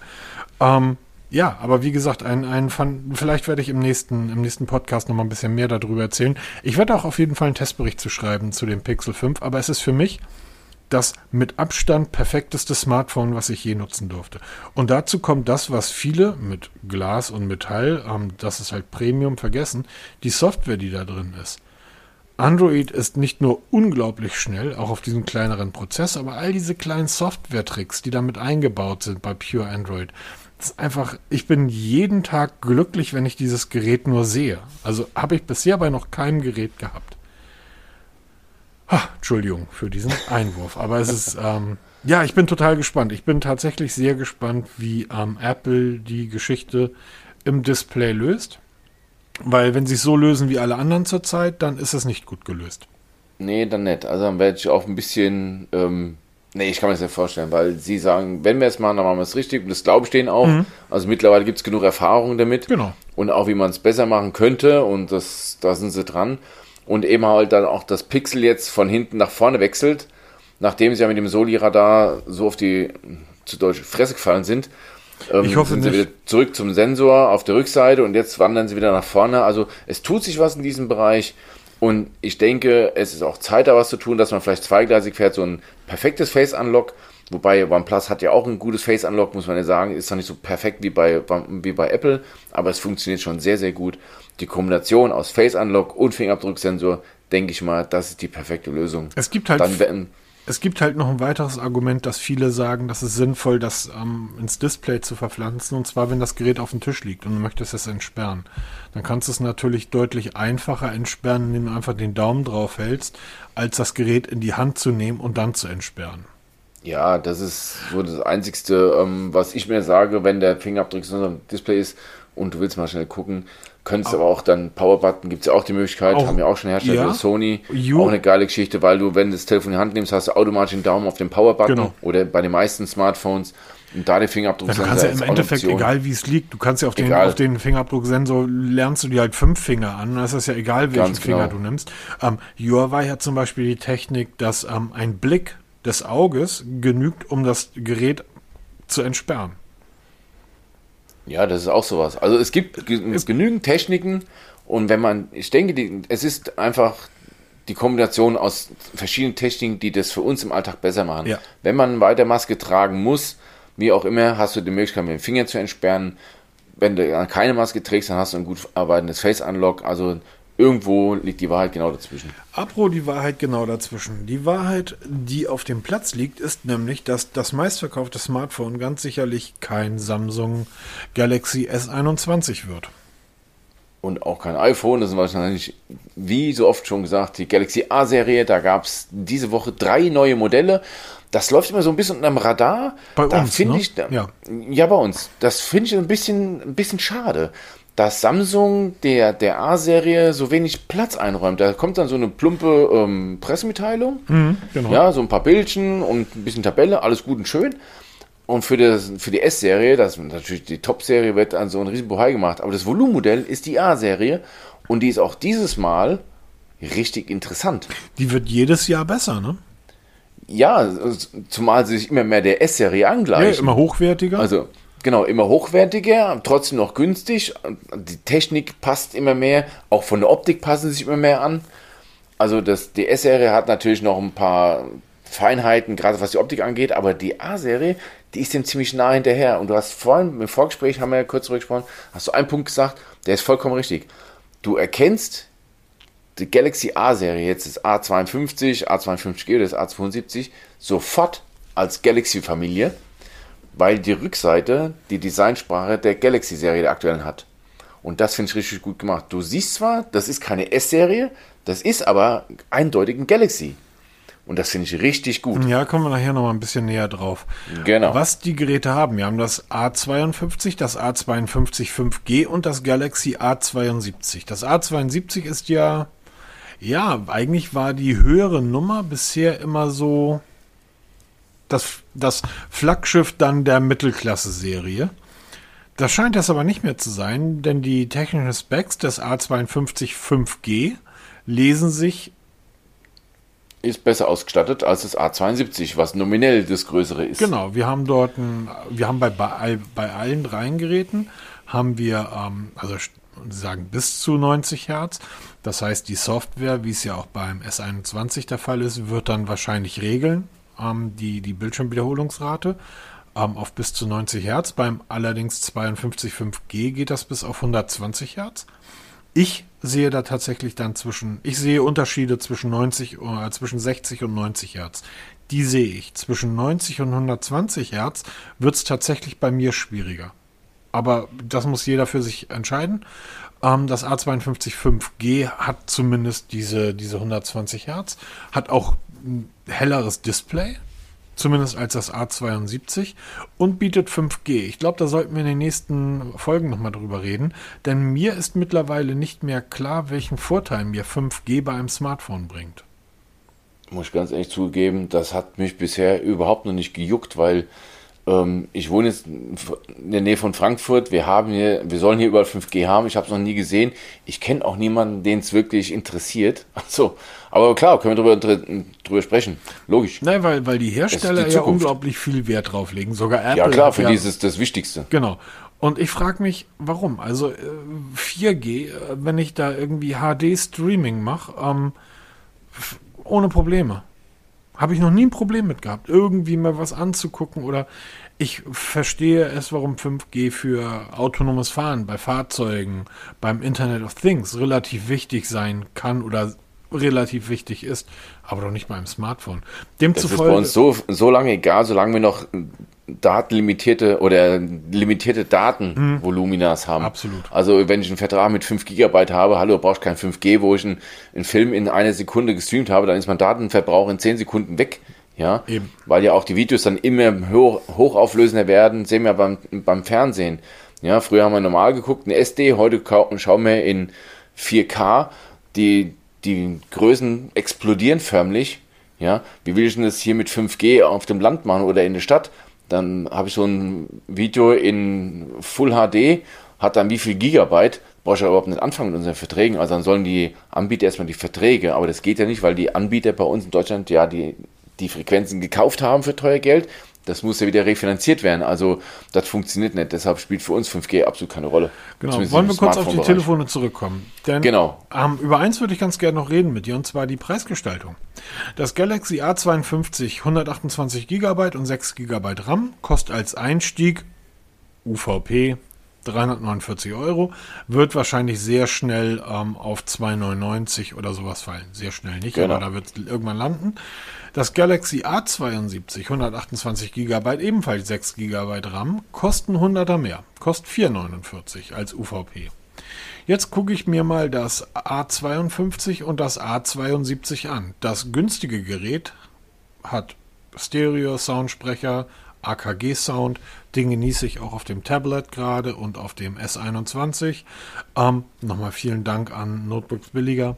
Ja, aber wie gesagt, vielleicht werde ich im nächsten Podcast noch mal ein bisschen mehr darüber erzählen. Ich werde auch auf jeden Fall einen Testbericht zu schreiben zu dem Pixel 5, aber es ist für mich das mit Abstand perfekteste Smartphone, was ich je nutzen durfte. Und dazu kommt das, was viele mit Glas und Metall, das ist halt Premium, vergessen, die Software, die da drin ist. Android ist nicht nur unglaublich schnell, auch auf diesem kleineren Prozess, aber all diese kleinen Software-Tricks, die damit eingebaut sind bei Pure Android, das ist einfach, ich bin jeden Tag glücklich, wenn ich dieses Gerät nur sehe. Also habe ich bisher bei noch keinem Gerät gehabt. Entschuldigung für diesen Einwurf, aber es ist, ja, ich bin total gespannt. Ich bin tatsächlich sehr gespannt, wie Apple die Geschichte im Display löst. Weil wenn sie es so lösen wie alle anderen zurzeit, dann ist es nicht gut gelöst. Nee, dann nicht. Also dann werde ich auch ein bisschen, ich kann mir das nicht vorstellen, weil sie sagen, wenn wir es machen, dann machen wir es richtig und das glaube ich denen auch. Mhm. Also mittlerweile gibt es genug Erfahrung damit. Genau. Und auch wie man es besser machen könnte und da sind sie dran. Und eben halt dann auch das Pixel jetzt von hinten nach vorne wechselt, nachdem sie ja mit dem Soli-Radar so auf die, zu deutsch, Fresse gefallen sind. Ich hoffe sind nicht. sie wieder zurück zum Sensor auf der Rückseite und jetzt wandern sie wieder nach vorne. Also es tut sich was in diesem Bereich und ich denke, es ist auch Zeit, da was zu tun, dass man vielleicht zweigleisig fährt, so ein perfektes Face-Unlock, wobei OnePlus hat ja auch ein gutes Face-Unlock, muss man ja sagen, ist zwar nicht so perfekt wie bei Apple, aber es funktioniert schon sehr, sehr gut. Die Kombination aus Face-Unlock und Fingerabdrucksensor, denke ich mal, das ist die perfekte Lösung. Es gibt halt noch ein weiteres Argument, dass viele sagen, dass es sinnvoll, das ins Display zu verpflanzen. Und zwar, wenn das Gerät auf dem Tisch liegt und du möchtest es entsperren. Dann kannst du es natürlich deutlich einfacher entsperren, indem du einfach den Daumen drauf hältst, als das Gerät in die Hand zu nehmen und dann zu entsperren. Ja, das ist so das Einzigste, was ich mir sage, wenn der Fingerabdruck so ein Display ist und du willst mal schnell gucken, könntest aber auch dann Powerbutton, gibt es ja auch die Möglichkeit, haben ja auch schon Hersteller, ja, Sony, auch eine geile Geschichte, weil du, wenn du das Telefon in die Hand nimmst, hast du automatisch den Daumen auf den Powerbutton, genau, oder bei den meisten Smartphones und da den Fingerabdrucksensor. Ja, du kannst ja im Endeffekt, egal wie es liegt, du kannst ja auf den Fingerabdrucksensor lernst du dir halt 5 Finger an, das ist ja egal, welchen Finger du nimmst. Huawei hat zum Beispiel die Technik, dass ein Blick des Auges genügt, um das Gerät zu entsperren. Ja, das ist auch sowas. Also es gibt genügend Techniken und ich denke, es ist einfach die Kombination aus verschiedenen Techniken, die das für uns im Alltag besser machen. Ja. Wenn man weiter Maske tragen muss, wie auch immer, hast du die Möglichkeit, mit dem Finger zu entsperren. Wenn du keine Maske trägst, dann hast du ein gut arbeitendes Face-Unlock. Also irgendwo liegt die Wahrheit genau dazwischen. Apropos die Wahrheit genau dazwischen. Die Wahrheit, die auf dem Platz liegt, ist nämlich, dass das meistverkaufte Smartphone ganz sicherlich kein Samsung Galaxy S21 wird. Und auch kein iPhone, das ist wahrscheinlich, wie so oft schon gesagt, die Galaxy A-Serie, da gab es diese Woche 3 neue Modelle. Das läuft immer so ein bisschen unterm Radar. Bei uns, ne? Ja, bei uns. Das finde ich ein bisschen schade, dass Samsung der A-Serie so wenig Platz einräumt. Da kommt dann so eine plumpe Pressemitteilung, genau. Ja, so ein paar Bildchen und ein bisschen Tabelle, alles gut und schön. Und für die S-Serie, das natürlich die Top-Serie, wird an so ein riesen Bohai gemacht. Aber das Volumenmodell ist die A-Serie und die ist auch dieses Mal richtig interessant. Die wird jedes Jahr besser, ne? Ja, zumal sie sich immer mehr der S-Serie Ja, angleichen. immer hochwertiger. Also, genau, immer hochwertiger, trotzdem noch günstig. Die Technik passt immer mehr, auch von der Optik passen sie sich immer mehr an. Also die S-Serie hat natürlich noch ein paar Feinheiten, gerade was die Optik angeht, aber die A-Serie, die ist dem ziemlich nah hinterher. Und du hast vorhin, im Vorgespräch haben wir ja kurz zurückgesprochen, hast du einen Punkt gesagt, der ist vollkommen richtig. Du erkennst die Galaxy A-Serie, jetzt das A52, A52G oder das A72, sofort als Galaxy-Familie, weil die Rückseite die Designsprache der Galaxy-Serie der aktuellen hat. Und das finde ich richtig gut gemacht. Du siehst zwar, das ist keine S-Serie, das ist aber eindeutig ein Galaxy. Und das finde ich richtig gut. Ja, kommen wir nachher noch mal ein bisschen näher drauf. Genau. Was die Geräte haben, wir haben das A52, das A52 5G und das Galaxy A72. Das A72 ist ja, eigentlich war die höhere Nummer bisher immer so das Flaggschiff dann der Mittelklasse-Serie. Das scheint das aber nicht mehr zu sein, denn die technischen Specs des A52 5G lesen sich. Ist besser ausgestattet als das A72, was nominell das größere ist. Genau, wir haben bei allen dreien Geräten haben wir, also sagen bis zu 90 Hertz. Das heißt, die Software, wie es ja auch beim S21 der Fall ist, wird dann wahrscheinlich regeln, die Bildschirmwiederholungsrate auf bis zu 90 Hertz. Beim allerdings 52 5G geht das bis auf 120 Hertz. Ich sehe da tatsächlich dann ich sehe Unterschiede zwischen 60 und 90 Hertz. Die sehe ich. Zwischen 90 und 120 Hertz wird es tatsächlich bei mir schwieriger. Aber das muss jeder für sich entscheiden. Das A52 5G hat zumindest diese 120 Hertz, hat auch ein helleres Display, zumindest als das A72, und bietet 5G. Ich glaube, da sollten wir in den nächsten Folgen nochmal drüber reden, denn mir ist mittlerweile nicht mehr klar, welchen Vorteil mir 5G bei einem Smartphone bringt. Muss ich ganz ehrlich zugeben, das hat mich bisher überhaupt noch nicht gejuckt, weil ich wohne jetzt in der Nähe von Frankfurt, wir sollen hier überall 5G haben, ich habe es noch nie gesehen, ich kenne auch niemanden, den es wirklich interessiert. Also, aber klar, können wir drüber sprechen, logisch. Nein, weil die Hersteller ja unglaublich viel Wert drauf legen, sogar Apple. Ja klar, für die ist es das Wichtigste. Genau. Und ich frage mich, warum? Also 4G, wenn ich da irgendwie HD-Streaming mache, ohne Probleme. Habe ich noch nie ein Problem mit gehabt, irgendwie mal was anzugucken, oder ich verstehe es, warum 5G für autonomes Fahren bei Fahrzeugen, beim Internet of Things relativ wichtig sein kann oder relativ wichtig ist, aber doch nicht beim Smartphone. Demzufolge, das ist bei uns so lange egal, solange wir noch datenlimitierte oder limitierte Datenvoluminas haben. Absolut. Also wenn ich einen Vertrag mit 5 Gigabyte habe, hallo, brauchst kein 5G, wo ich einen Film in einer Sekunde gestreamt habe, dann ist mein Datenverbrauch in 10 Sekunden weg. Ja, eben. Weil ja auch die Videos dann immer hochauflösender werden, sehen wir beim Fernsehen. Ja, früher haben wir normal geguckt, in SD, heute schauen wir in 4K, die Größen explodieren förmlich. Ja, wie will ich denn das hier mit 5G auf dem Land machen oder in der Stadt? Dann habe ich so ein Video in Full HD, hat dann wie viel Gigabyte, brauche ich ja überhaupt nicht anfangen mit unseren Verträgen. Also dann sollen die Anbieter erstmal die Verträge, aber das geht ja nicht, weil die Anbieter bei uns in Deutschland ja die Frequenzen gekauft haben für teuer Geld. Das muss ja wieder refinanziert werden. Also das funktioniert nicht. Deshalb spielt für uns 5G absolut keine Rolle. Genau. Wollen wir kurz auf die Telefone zurückkommen? Denn genau. Über eins würde ich ganz gerne noch reden mit dir, und zwar die Preisgestaltung. Das Galaxy A52 128 GB und 6 GB RAM kostet als Einstieg UVP 349 €, wird wahrscheinlich sehr schnell auf 299 oder sowas fallen. Sehr schnell nicht, genau. Aber da wird es irgendwann landen. Das Galaxy A72 128 GB, ebenfalls 6 GB RAM, kosten 100er mehr. Kostet 449 als UVP. Jetzt gucke ich mir mal das A52 und das A72 an. Das günstige Gerät hat Stereo-Soundsprecher, AKG-Sound, den genieße ich auch auf dem Tablet gerade und auf dem S21. Nochmal vielen Dank an Notebooks Billiger.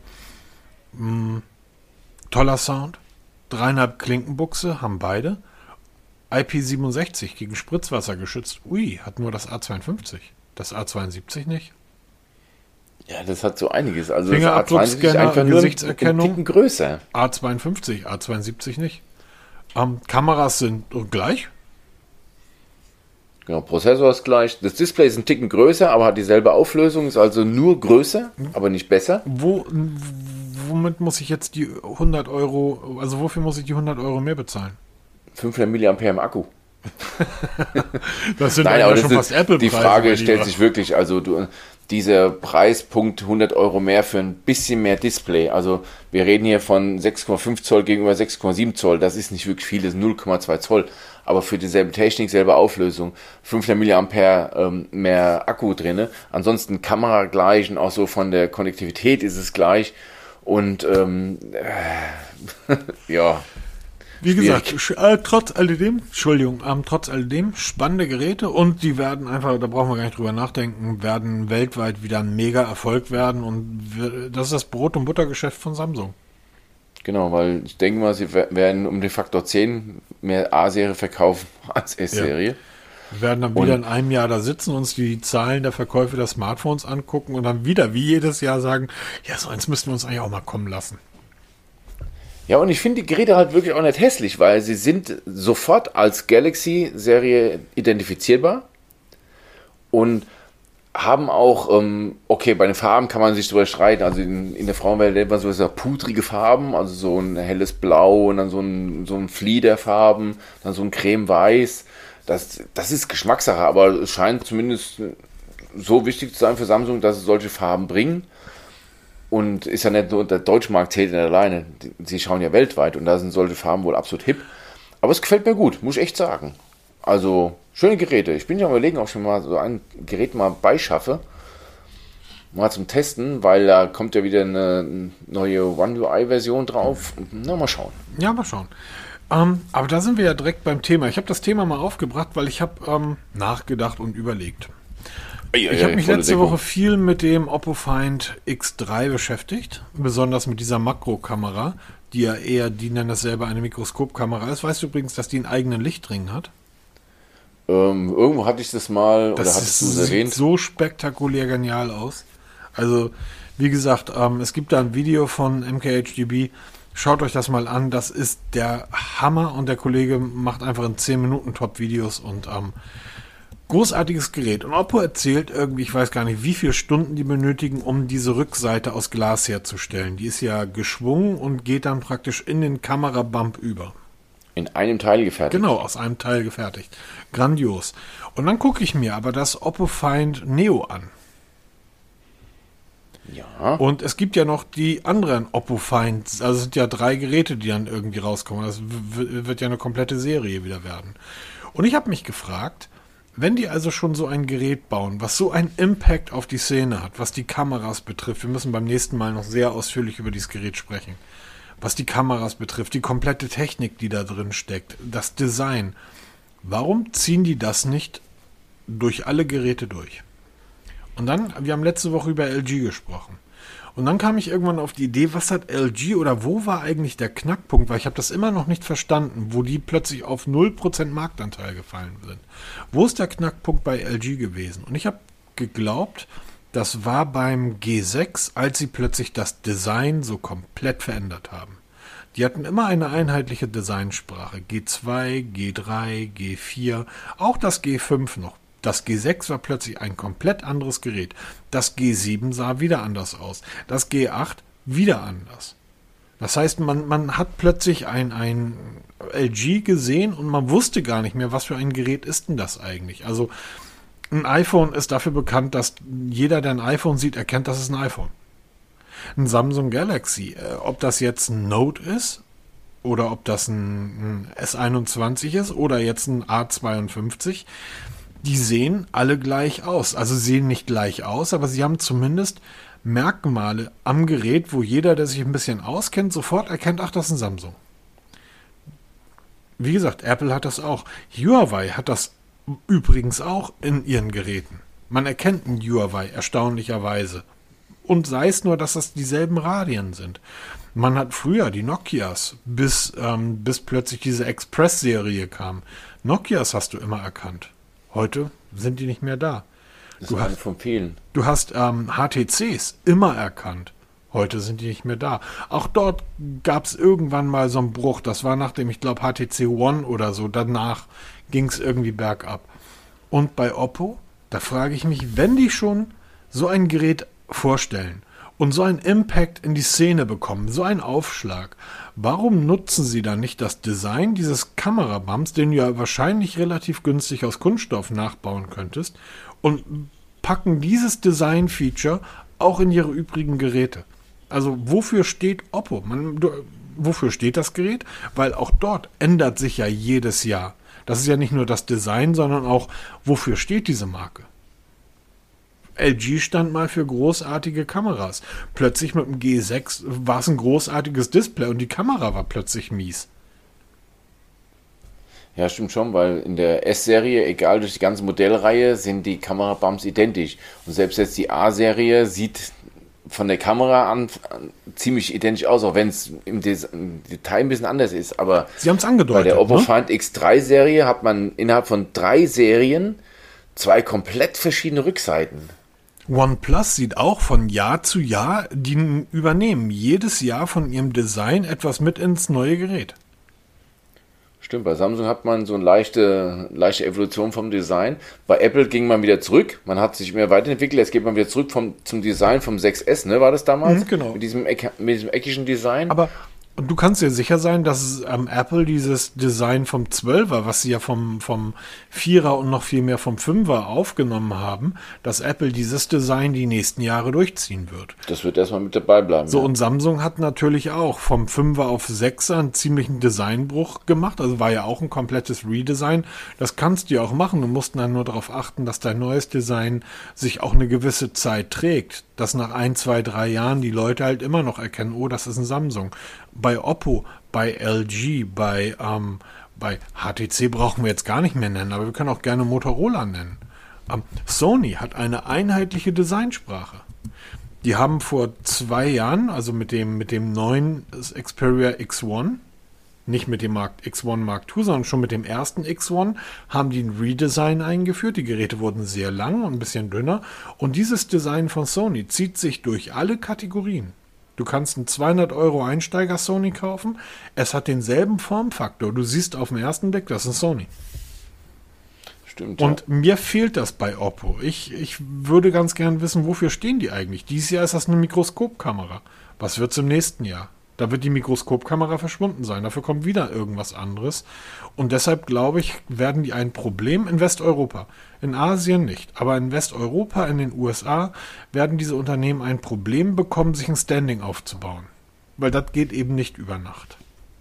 Toller Sound. 3,5 Klinkenbuchse haben beide. IP67 gegen Spritzwasser geschützt. Ui, hat nur das A52. Das A72 nicht. Ja, das hat so einiges. Also Fingerabdruckscanner, das A20 ist einfach nur Gesichtserkennung. ein Ticken größer. A52, A72 nicht. Kameras sind gleich. Genau, Prozessor ist gleich. Das Display ist ein Ticken größer, aber hat dieselbe Auflösung, ist also nur größer, aber nicht besser. Womit muss ich jetzt die 100 Euro, also wofür muss ich die 100 Euro mehr bezahlen? 500 Milliampere im Akku. Das sind Nein, ja aber schon das fast ist, Apple-Preise. die Frage stellt sich wirklich, also dieser Preispunkt 100 Euro mehr für ein bisschen mehr Display, also wir reden hier von 6,5 Zoll gegenüber 6,7 Zoll, das ist nicht wirklich viel, das ist 0,2 Zoll, aber für dieselbe Technik, selbe Auflösung, 500 Milliampere mehr Akku drinne, ansonsten Kamera gleich und auch so von der Konnektivität ist es gleich und ja. Wie gesagt, trotz alledem, spannende Geräte und die werden einfach, da brauchen wir gar nicht drüber nachdenken, werden weltweit wieder ein Mega-Erfolg werden und das ist das Brot- und Buttergeschäft von Samsung. Genau, weil ich denke mal, sie werden um den Faktor 10 mehr A-Serie verkaufen als S-Serie. Ja. Wir werden dann wieder in einem Jahr da sitzen, uns die Zahlen der Verkäufe der Smartphones angucken und dann wieder, wie jedes Jahr, sagen, ja, so eins müssten wir uns eigentlich auch mal kommen lassen. Ja, und ich finde die Geräte halt wirklich auch nicht hässlich, weil sie sind sofort als Galaxy-Serie identifizierbar und haben auch, okay, bei den Farben kann man sich drüber streiten, also in der Frauenwelt nennt man so pudrige Farben, also so ein helles Blau und dann so ein Fliederfarben, dann so ein Creme-Weiß, das ist Geschmackssache, aber es scheint zumindest so wichtig zu sein für Samsung, dass sie solche Farben bringen. Und ist ja nicht nur der deutsche Markt zählt nicht alleine. Sie schauen ja weltweit und da sind solche Farben wohl absolut hip. Aber es gefällt mir gut, muss ich echt sagen. Also, schöne Geräte. Ich bin ja am Überlegen, ob ich mir mal so ein Gerät mal beischaffe. Mal zum Testen, weil da kommt ja wieder eine neue One UI-Version drauf. Na, mal schauen. Ja, mal schauen. Aber da sind wir ja direkt beim Thema. Ich habe das Thema mal aufgebracht, weil ich habe nachgedacht und überlegt. Ich habe mich letzte Woche viel mit dem Oppo Find X3 beschäftigt, besonders mit dieser Makrokamera, die ja eher, die nennen das selber eine Mikroskopkamera ist. Weißt du übrigens, dass die einen eigenen Lichtring hat? Irgendwo hatte ich das mal, oder hattest du es erwähnt? Das sieht so spektakulär genial aus. Also, wie gesagt, es gibt da ein Video von MKHDB. Schaut euch das mal an. Das ist der Hammer und der Kollege macht einfach in 10 Minuten Top-Videos und großartiges Gerät. Und Oppo erzählt irgendwie, ich weiß gar nicht, wie viele Stunden die benötigen, um diese Rückseite aus Glas herzustellen. Die ist ja geschwungen und geht dann praktisch in den Kamerabump über. In einem Teil gefertigt? Genau, aus einem Teil gefertigt. Grandios. Und dann gucke ich mir aber das Oppo Find Neo an. Ja. Und es gibt ja noch die anderen Oppo Find, also es sind ja 3 Geräte, die dann irgendwie rauskommen. Das wird ja eine komplette Serie wieder werden. Und ich habe mich gefragt, wenn die also schon so ein Gerät bauen, was so einen Impact auf die Szene hat, was die Kameras betrifft, wir müssen beim nächsten Mal noch sehr ausführlich über dieses Gerät sprechen, was die Kameras betrifft, die komplette Technik, die da drin steckt, das Design, warum ziehen die das nicht durch alle Geräte durch? Und dann, wir haben letzte Woche über LG gesprochen. Und dann kam ich irgendwann auf die Idee, was hat LG oder wo war eigentlich der Knackpunkt? Weil ich habe das immer noch nicht verstanden, wo die plötzlich auf 0% Marktanteil gefallen sind. Wo ist der Knackpunkt bei LG gewesen? Und ich habe geglaubt, das war beim G6, als sie plötzlich das Design so komplett verändert haben. Die hatten immer eine einheitliche Designsprache. G2, G3, G4, auch das G5 noch. Das G6 war plötzlich ein komplett anderes Gerät. Das G7 sah wieder anders aus. Das G8 wieder anders. Das heißt, man hat plötzlich ein LG gesehen und man wusste gar nicht mehr, was für ein Gerät ist denn das eigentlich. Also ein iPhone ist dafür bekannt, dass jeder, der ein iPhone sieht, erkennt, das ist ein iPhone. Ein Samsung Galaxy, ob das jetzt ein Note ist oder ob das ein S21 ist oder jetzt ein A52, die sehen alle gleich aus. Also sehen nicht gleich aus, aber sie haben zumindest Merkmale am Gerät, wo jeder, der sich ein bisschen auskennt, sofort erkennt, ach, das ist ein Samsung. Wie gesagt, Apple hat das auch. Huawei hat das übrigens auch in ihren Geräten. Man erkennt ein Huawei erstaunlicherweise. Und sei es nur, dass das dieselben Radien sind. Man hat früher die Nokias, bis plötzlich diese Express-Serie kam. Nokias hast du immer erkannt. Heute sind die nicht mehr da. Das ist eine von vielen. Du hast HTCs immer erkannt. Heute sind die nicht mehr da. Auch dort gab es irgendwann mal so einen Bruch. Das war nachdem, ich glaube, HTC One oder so. Danach ging es irgendwie bergab. Und bei Oppo, da frage ich mich, wenn die schon so ein Gerät vorstellen und so einen Impact in die Szene bekommen, so einen Aufschlag, warum nutzen sie dann nicht das Design dieses Kamerabumps, den du ja wahrscheinlich relativ günstig aus Kunststoff nachbauen könntest, und packen dieses Design-Feature auch in ihre übrigen Geräte? Also wofür steht Oppo? Wofür steht das Gerät? Weil auch dort ändert sich ja jedes Jahr. Das ist ja nicht nur das Design, sondern auch, wofür steht diese Marke? LG stand mal für großartige Kameras. Plötzlich mit dem G6 war es ein großartiges Display und die Kamera war plötzlich mies. Ja, stimmt schon, weil in der S-Serie, egal durch die ganze Modellreihe, sind die Kamerabumps identisch. Und selbst jetzt die A-Serie sieht von der Kamera an ziemlich identisch aus, auch wenn es im Detail ein bisschen anders ist. Aber Sie haben es angedeutet. Bei der Oppo Find X3-Serie hat man innerhalb von 3 Serien 2 komplett verschiedene Rückseiten. OnePlus sieht auch von Jahr zu Jahr, die übernehmen jedes Jahr von ihrem Design etwas mit ins neue Gerät. Stimmt, bei Samsung hat man so eine leichte Evolution vom Design. Bei Apple ging man wieder zurück. Man hat sich mehr weiterentwickelt. Jetzt geht man wieder zurück zum Design vom 6S, ne? War das damals? Genau. Mit diesem eckigen Design. Aber du kannst dir sicher sein, dass Apple dieses Design vom 12er, was sie ja vom 4er und noch viel mehr vom 5er aufgenommen haben, dass Apple dieses Design die nächsten Jahre durchziehen wird. Das wird erstmal mit dabei bleiben. So, ja. und Samsung hat natürlich auch vom 5er auf 6er einen ziemlichen Designbruch gemacht. Also war ja auch ein komplettes Redesign. Das kannst du ja auch machen. Du musst dann nur darauf achten, dass dein neues Design sich auch eine gewisse Zeit trägt. Dass nach 1, 2, 3 Jahren die Leute halt immer noch erkennen, oh, das ist ein Samsung. Bei Oppo, bei LG, bei HTC brauchen wir jetzt gar nicht mehr nennen, aber wir können auch gerne Motorola nennen. Sony hat eine einheitliche Designsprache. Die haben vor 2 Jahren, also mit dem neuen Xperia X1, nicht mit dem X1 Mark II, sondern schon mit dem ersten X1, haben die ein Redesign eingeführt. Die Geräte wurden sehr lang und ein bisschen dünner. Und dieses Design von Sony zieht sich durch alle Kategorien. Du kannst einen 200 € Einsteiger Sony kaufen. Es hat denselben Formfaktor. Du siehst auf den ersten Blick, das ist Sony. Stimmt. Und mir fehlt das bei Oppo. Ich würde ganz gern wissen, wofür stehen die eigentlich? Dieses Jahr ist das eine Mikroskopkamera. Was wird's im nächsten Jahr? Da wird die Mikroskopkamera verschwunden sein. Dafür kommt wieder irgendwas anderes. Und deshalb, glaube ich, werden die ein Problem in Westeuropa. In Asien nicht. Aber in Westeuropa, in den USA, werden diese Unternehmen ein Problem bekommen, sich ein Standing aufzubauen. Weil das geht eben nicht über Nacht.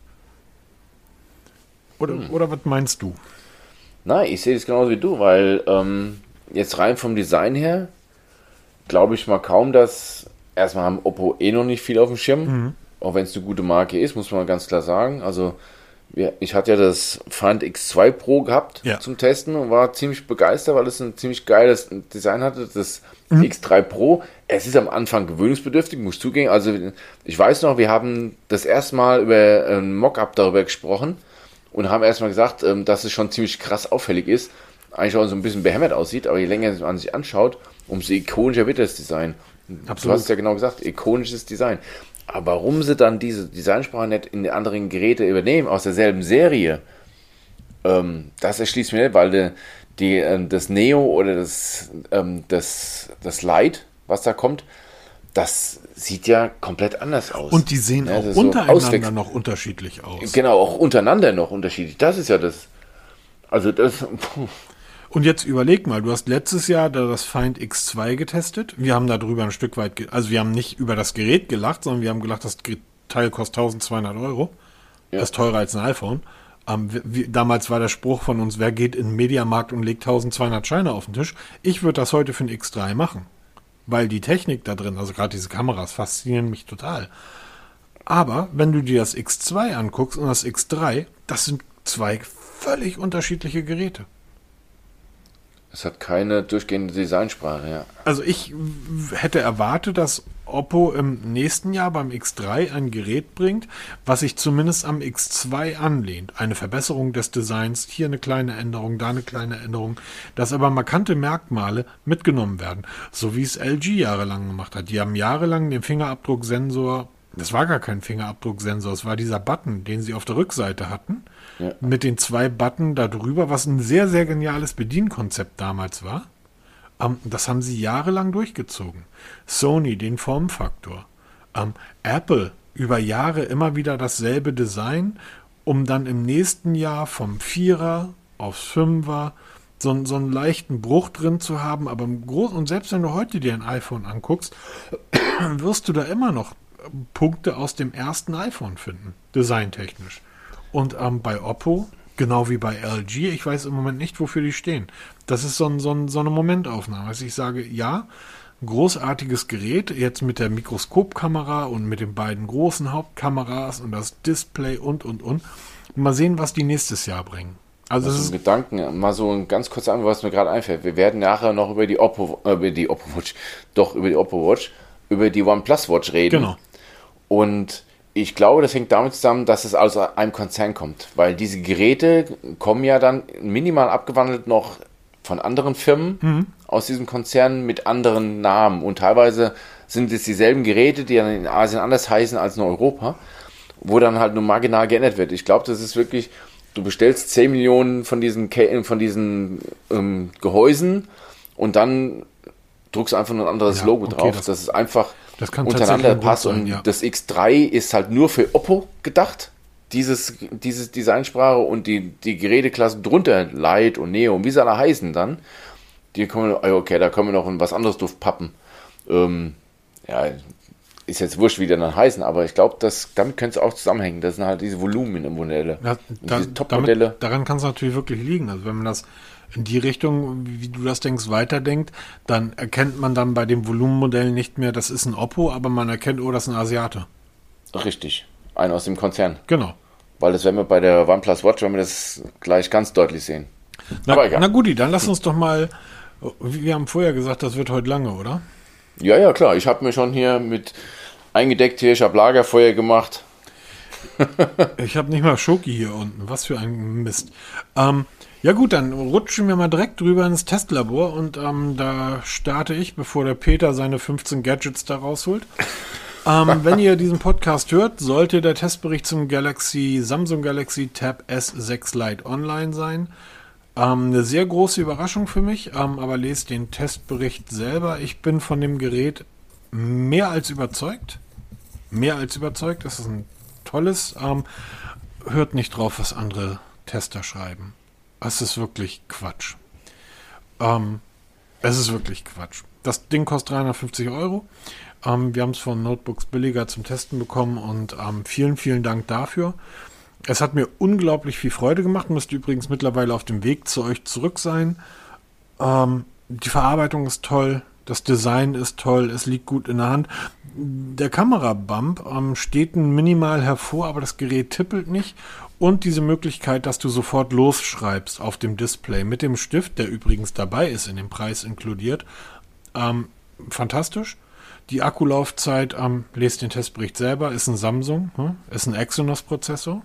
Oder was meinst du? Nein, ich sehe das genauso wie du, weil jetzt rein vom Design her glaube ich mal kaum, dass erstmal haben Oppo noch nicht viel auf dem Schirm. Auch wenn es eine gute Marke ist, muss man ganz klar sagen. Also ich hatte ja das Find X2 Pro gehabt zum Testen und war ziemlich begeistert, weil es ein ziemlich geiles Design hatte. Das X3 Pro, es ist am Anfang gewöhnungsbedürftig, muss ich zugeben. Also ich weiß noch, wir haben das erste Mal über ein Mockup darüber gesprochen und haben erstmal gesagt, dass es schon ziemlich krass auffällig ist. Eigentlich auch so ein bisschen behämmert aussieht, aber je länger man sich anschaut, umso ikonischer wird das Design. Absolut. Du hast es ja genau gesagt, ikonisches Design. Aber warum sie dann diese Designsprache nicht in die anderen Geräte übernehmen, aus derselben Serie, das erschließt mir nicht, weil das Neo oder das Lite, was da kommt, das sieht ja komplett anders aus. Und die sehen auch untereinander noch unterschiedlich aus. Genau, auch untereinander noch unterschiedlich. Das ist ja das. Also das... Und jetzt überleg mal, du hast letztes Jahr das Find X2 getestet. Wir haben darüber ein Stück weit, also wir haben nicht über das Gerät gelacht, sondern wir haben gelacht, das Teil kostet 1200 €. Ja. Das ist teurer als ein iPhone. Damals war der Spruch von uns, wer geht in den Mediamarkt und legt 1200 Scheine auf den Tisch. Ich würde das heute für ein X3 machen. Weil die Technik da drin, also gerade diese Kameras, faszinieren mich total. Aber wenn du dir das X2 anguckst und das X3, das sind 2 völlig unterschiedliche Geräte. Es hat keine durchgehende Designsprache, ja. Also ich hätte erwartet, dass Oppo im nächsten Jahr beim X3 ein Gerät bringt, was sich zumindest am X2 anlehnt. Eine Verbesserung des Designs, hier eine kleine Änderung, da eine kleine Änderung, dass aber markante Merkmale mitgenommen werden, so wie es LG jahrelang gemacht hat. Die haben jahrelang den Fingerabdrucksensor, das war gar kein Fingerabdrucksensor, es war dieser Button, den sie auf der Rückseite hatten, mit den 2 Button da drüber, was ein sehr, sehr geniales Bedienkonzept damals war. Das haben sie jahrelang durchgezogen. Sony, den Formfaktor. Apple, über Jahre immer wieder dasselbe Design, um dann im nächsten Jahr vom 4er aufs 5er so einen leichten Bruch drin zu haben. Aber im Großen und selbst wenn du heute dir ein iPhone anguckst, wirst du da immer noch Punkte aus dem ersten iPhone finden, designtechnisch. Und bei Oppo, genau wie bei LG, ich weiß im Moment nicht, wofür die stehen. Das ist so eine Momentaufnahme. Also ich sage, ja, großartiges Gerät, jetzt mit der Mikroskopkamera und mit den beiden großen Hauptkameras und das Display und. Mal sehen, was die nächstes Jahr bringen. Also das ist Gedanken, mal so ein ganz kurz an, was mir gerade einfällt. Wir werden nachher noch über die Oppo Watch, über die OnePlus Watch reden. Genau. Und ich glaube, das hängt damit zusammen, dass es aus einem Konzern kommt. Weil diese Geräte kommen ja dann minimal abgewandelt noch von anderen Firmen aus diesem Konzern mit anderen Namen. Und teilweise sind es dieselben Geräte, die dann in Asien anders heißen als in Europa, wo dann halt nur marginal geändert wird. Ich glaube, das ist wirklich, du bestellst 10 Millionen von diesen Gehäusen und dann druckst einfach nur ein anderes Logo drauf. Das ist einfach das kann untereinander passt. Sein, und ja. das X3 ist halt nur für Oppo gedacht, dieses Designsprache, und die Geräteklassen drunter, Lite und Neo und wie sie alle heißen dann, die kommen, okay, da können wir noch was anderes drauf pappen. Ja, ist jetzt wurscht, wie die dann heißen, aber ich glaube, damit könnte es auch zusammenhängen. Das sind halt diese Volumen-Modelle. Ja, diese Top-Modelle. Daran kann es natürlich wirklich liegen. Also wenn man das in die Richtung, wie du das denkst, weiterdenkt, dann erkennt man dann bei dem Volumenmodell nicht mehr, das ist ein Oppo, aber man erkennt, oh, das ist ein Asiate. Richtig. Einer aus dem Konzern. Genau. Weil das werden wir bei der OnePlus Watch, wenn wir das gleich ganz deutlich sehen. Na guti, dann lass uns doch mal, wir haben vorher gesagt, das wird heute lange, oder? Ja, klar. Ich habe mir schon hier mit eingedeckt hier, ich habe Lagerfeuer gemacht. Ich habe nicht mal Schoki hier unten. Was für ein Mist. Ja gut, dann rutschen wir mal direkt drüber ins Testlabor und da starte ich, bevor der Peter seine 15 Gadgets da rausholt. Wenn ihr diesen Podcast hört, sollte der Testbericht zum Samsung Galaxy Tab S6 Lite online sein. Eine sehr große Überraschung für mich, aber lest den Testbericht selber. Ich bin von dem Gerät mehr als überzeugt. Das ist ein tolles. Hört nicht drauf, was andere Tester schreiben. Es ist wirklich Quatsch. Das Ding kostet 350 €. Wir haben es von Notebooks billiger zum Testen bekommen und vielen, vielen Dank dafür. Es hat mir unglaublich viel Freude gemacht. Müsste übrigens mittlerweile auf dem Weg zu euch zurück sein. Die Verarbeitung ist toll. Das Design ist toll. Es liegt gut in der Hand. Der Kamerabump steht minimal hervor, aber das Gerät tippelt nicht. Und diese Möglichkeit, dass du sofort losschreibst auf dem Display mit dem Stift, der übrigens dabei ist, in dem Preis inkludiert. Fantastisch. Die Akkulaufzeit, lest den Testbericht selber, ist ein Samsung, ist ein Exynos-Prozessor.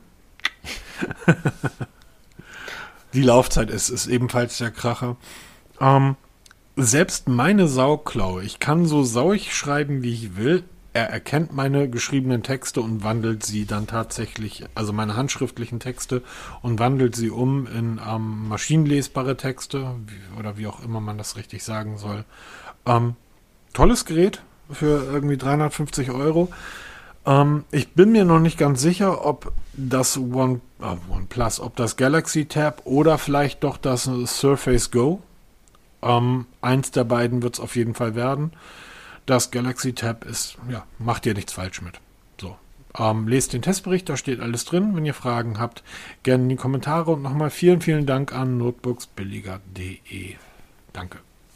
Die Laufzeit ist ebenfalls der Kracher. Selbst meine Sauklaue, ich kann so sauig schreiben, wie ich will. Er erkennt meine geschriebenen Texte und wandelt sie dann tatsächlich, also meine handschriftlichen Texte, und wandelt sie um in maschinenlesbare Texte, oder wie auch immer man das richtig sagen soll. Tolles Gerät für irgendwie 350 €. Ich bin mir noch nicht ganz sicher, ob das OnePlus, ob das Galaxy Tab oder vielleicht doch das Surface Go. Eins der beiden wird es auf jeden Fall werden. Das Galaxy Tab macht ihr nichts falsch mit. So. Lest den Testbericht, da steht alles drin. Wenn ihr Fragen habt, gerne in die Kommentare, und nochmal vielen, vielen Dank an notebooksbilliger.de. Danke.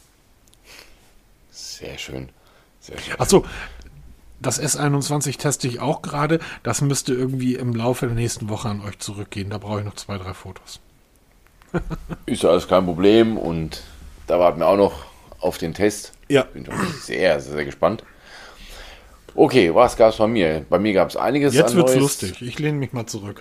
Sehr schön. Achso, das S21 teste ich auch gerade. Das müsste irgendwie im Laufe der nächsten Woche an euch zurückgehen. Da brauche ich noch 2, 3 Fotos. Ist ja alles kein Problem, und da warten wir auch noch auf den Test. Ja. Bin schon sehr, sehr, sehr gespannt. Okay, was gab es bei mir? Bei mir gab es einiges Jetzt an wird's Neues. lustig. Ich lehne mich mal zurück.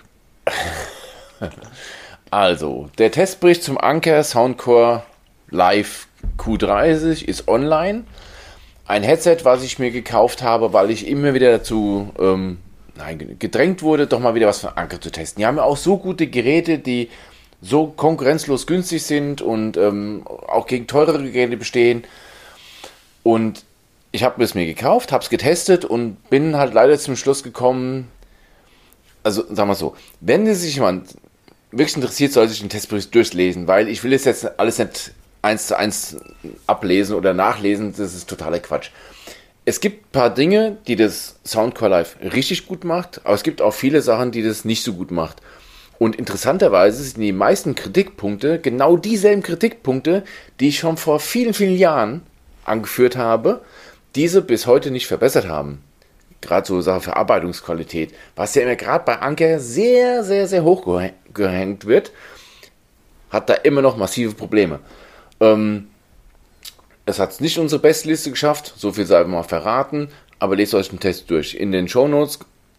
Also, der Testbericht zum Anker Soundcore Live Q30 ist online. Ein Headset, was ich mir gekauft habe, weil ich immer wieder dazu gedrängt wurde, doch mal wieder was von Anker zu testen. Die haben ja auch so gute Geräte, die so konkurrenzlos günstig sind und auch gegen teurere Geräte bestehen. Und ich habe es mir gekauft, habe es getestet und bin halt leider zum Schluss gekommen, also sagen wir so, wenn sich jemand wirklich interessiert, soll sich den Testbericht durchlesen, weil ich will es jetzt alles nicht 1:1 ablesen oder nachlesen, das ist totaler Quatsch. Es gibt ein paar Dinge, die das Soundcore Live richtig gut macht, aber es gibt auch viele Sachen, die das nicht so gut macht. Und interessanterweise sind die meisten Kritikpunkte genau dieselben Kritikpunkte, die ich schon vor vielen, vielen Jahren angeführt habe, diese bis heute nicht verbessert haben. Gerade so Sache Verarbeitungsqualität, was ja immer gerade bei Anker sehr, sehr, sehr hoch gehängt wird, hat da immer noch massive Probleme. Es hat es nicht in unsere Bestliste geschafft, so viel sei mal verraten, aber lest euch den Test durch. In den Shownotes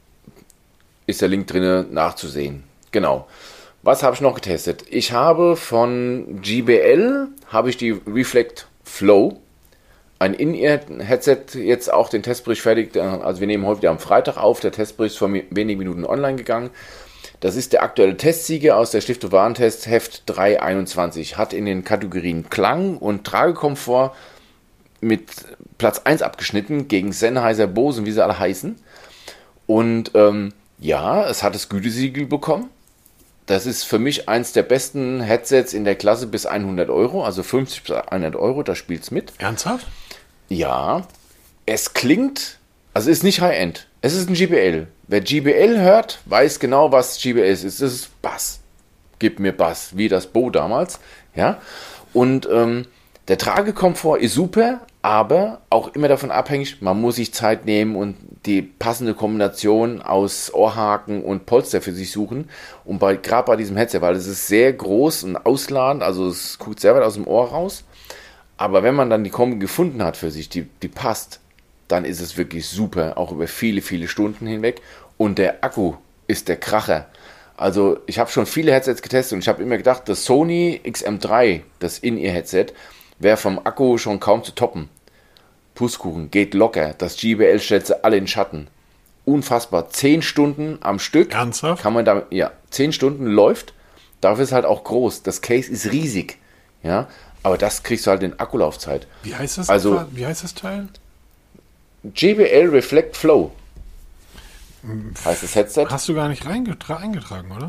ist der Link drin nachzusehen. Genau. Was habe ich noch getestet? Ich habe von JBL die Reflect Flow, ein In-Ear-Headset, jetzt auch den Testbericht fertig. Also wir nehmen heute wieder am Freitag auf. Der Testbericht ist vor wenigen Minuten online gegangen. Das ist der aktuelle Testsieger aus der Stiftung Warentest Heft 321. Hat in den Kategorien Klang und Tragekomfort mit Platz 1 abgeschnitten gegen Sennheiser, Bose und wie sie alle heißen. Und ja, es hat das Gütesiegel bekommen. Das ist für mich eins der besten Headsets in der Klasse bis 100 Euro, also 50 bis 100 Euro, da spielt es mit. Ernsthaft? Ja, es klingt, also ist nicht High-End, es ist ein JBL. Wer JBL hört, weiß genau, was JBL ist. Das ist Bass. Gib mir Bass, wie das Bo damals. Ja, und der Tragekomfort ist super, aber auch immer davon abhängig, man muss sich Zeit nehmen und die passende Kombination aus Ohrhaken und Polster für sich suchen. Und gerade bei diesem Headset, weil es ist sehr groß und ausladend, also es guckt sehr weit aus dem Ohr raus. Aber wenn man dann die Kombi gefunden hat für sich, die passt, dann ist es wirklich super, auch über viele, viele Stunden hinweg. Und der Akku ist der Kracher. Also ich habe schon viele Headsets getestet und ich habe immer gedacht, das Sony XM3, das In-Ear-Headset, wäre vom Akku schon kaum zu toppen. Pustekuchen, geht locker. Das JBL stellt sie alle in Schatten. Unfassbar. 10 Stunden am Stück. Ernsthaft? Kann man damit, ja, 10 Stunden läuft. Dafür ist halt auch groß. Das Case ist riesig. Ja, aber das kriegst du halt in Akkulaufzeit. Wie heißt das? Also, wie heißt das Teil? JBL Reflect Flow. Heißt das Headset? Hast du gar nicht eingetragen, oder?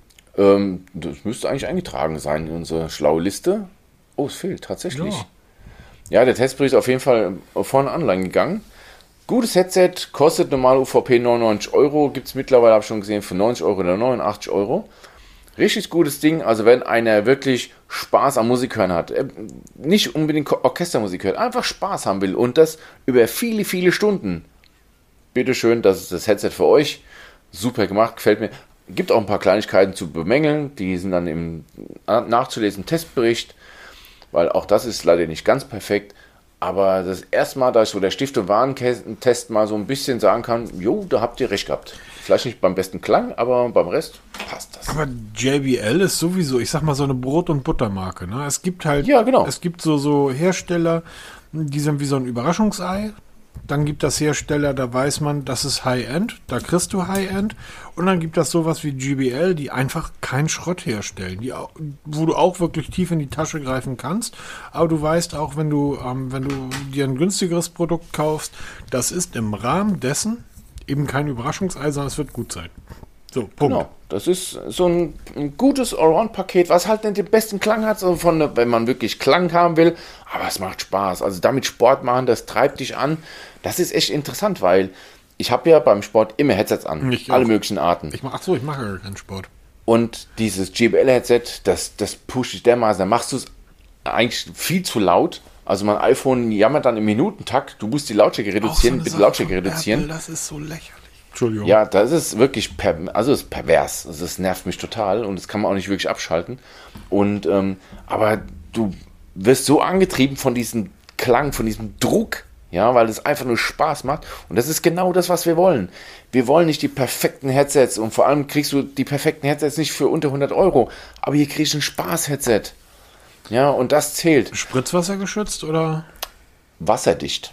Das müsste eigentlich eingetragen sein in unsere schlaue Liste. Oh, es fehlt tatsächlich. Ja. Ja, der Testbericht ist auf jeden Fall vorne online gegangen. Gutes Headset, kostet normal UVP 99 Euro. Gibt es mittlerweile, habe ich schon gesehen, für 90 Euro oder 89 Euro. Richtig gutes Ding. Also wenn einer wirklich Spaß am Musik hören hat, nicht unbedingt Orchestermusik hört, einfach Spaß haben will und das über viele, viele Stunden. Bitteschön, das ist das Headset für euch. Super gemacht, gefällt mir. Gibt auch ein paar Kleinigkeiten zu bemängeln. Die sind dann im nachzulesen Testbericht, weil auch das ist leider nicht ganz perfekt. Aber das erste Mal, dass ich so der Stift- und Warentest mal so ein bisschen sagen kann, jo, da habt ihr recht gehabt. Vielleicht nicht beim besten Klang, aber beim Rest passt das. Aber JBL ist sowieso, ich sag mal, so eine Brot- und Buttermarke. Ne? Es gibt halt, Ja, genau. es gibt so Hersteller, die sind wie so ein Überraschungsei. Dann gibt es Hersteller, da weiß man, das ist High-End, da kriegst du High-End. Und dann gibt es sowas wie JBL, die einfach keinen Schrott herstellen, wo du auch wirklich tief in die Tasche greifen kannst. Aber du weißt auch, wenn du dir ein günstigeres Produkt kaufst, das ist im Rahmen dessen eben kein Überraschungsei, sondern es wird gut sein. So, Punkt. Genau, das ist so ein gutes Allround-Paket, was halt nicht den besten Klang hat, so wenn man wirklich Klang haben will, aber es macht Spaß. Also damit Sport machen, das treibt dich an. Das ist echt interessant, weil ich habe ja beim Sport immer Headsets an, alle möglichen Arten. Ich mache ja keinen Sport. Und dieses JBL-Headset, das pusht dich dermaßen, da machst du es eigentlich viel zu laut. Also mein iPhone jammert dann im Minutentakt, du musst die Lautstärke reduzieren, bitte Lautstärke reduzieren. Das ist so lächerlich. Entschuldigung. Ja, das ist wirklich ist pervers. Also das nervt mich total und das kann man auch nicht wirklich abschalten. Und aber du wirst so angetrieben von diesem Klang, von diesem Druck, Ja, weil es einfach nur Spaß macht. Und das ist genau das, was wir wollen. Wir wollen nicht die perfekten Headsets. Und vor allem kriegst du die perfekten Headsets nicht für unter 100 Euro. Aber hier kriegst du ein Spaß-Headset. Ja, und das zählt. Spritzwasser geschützt oder? Wasserdicht.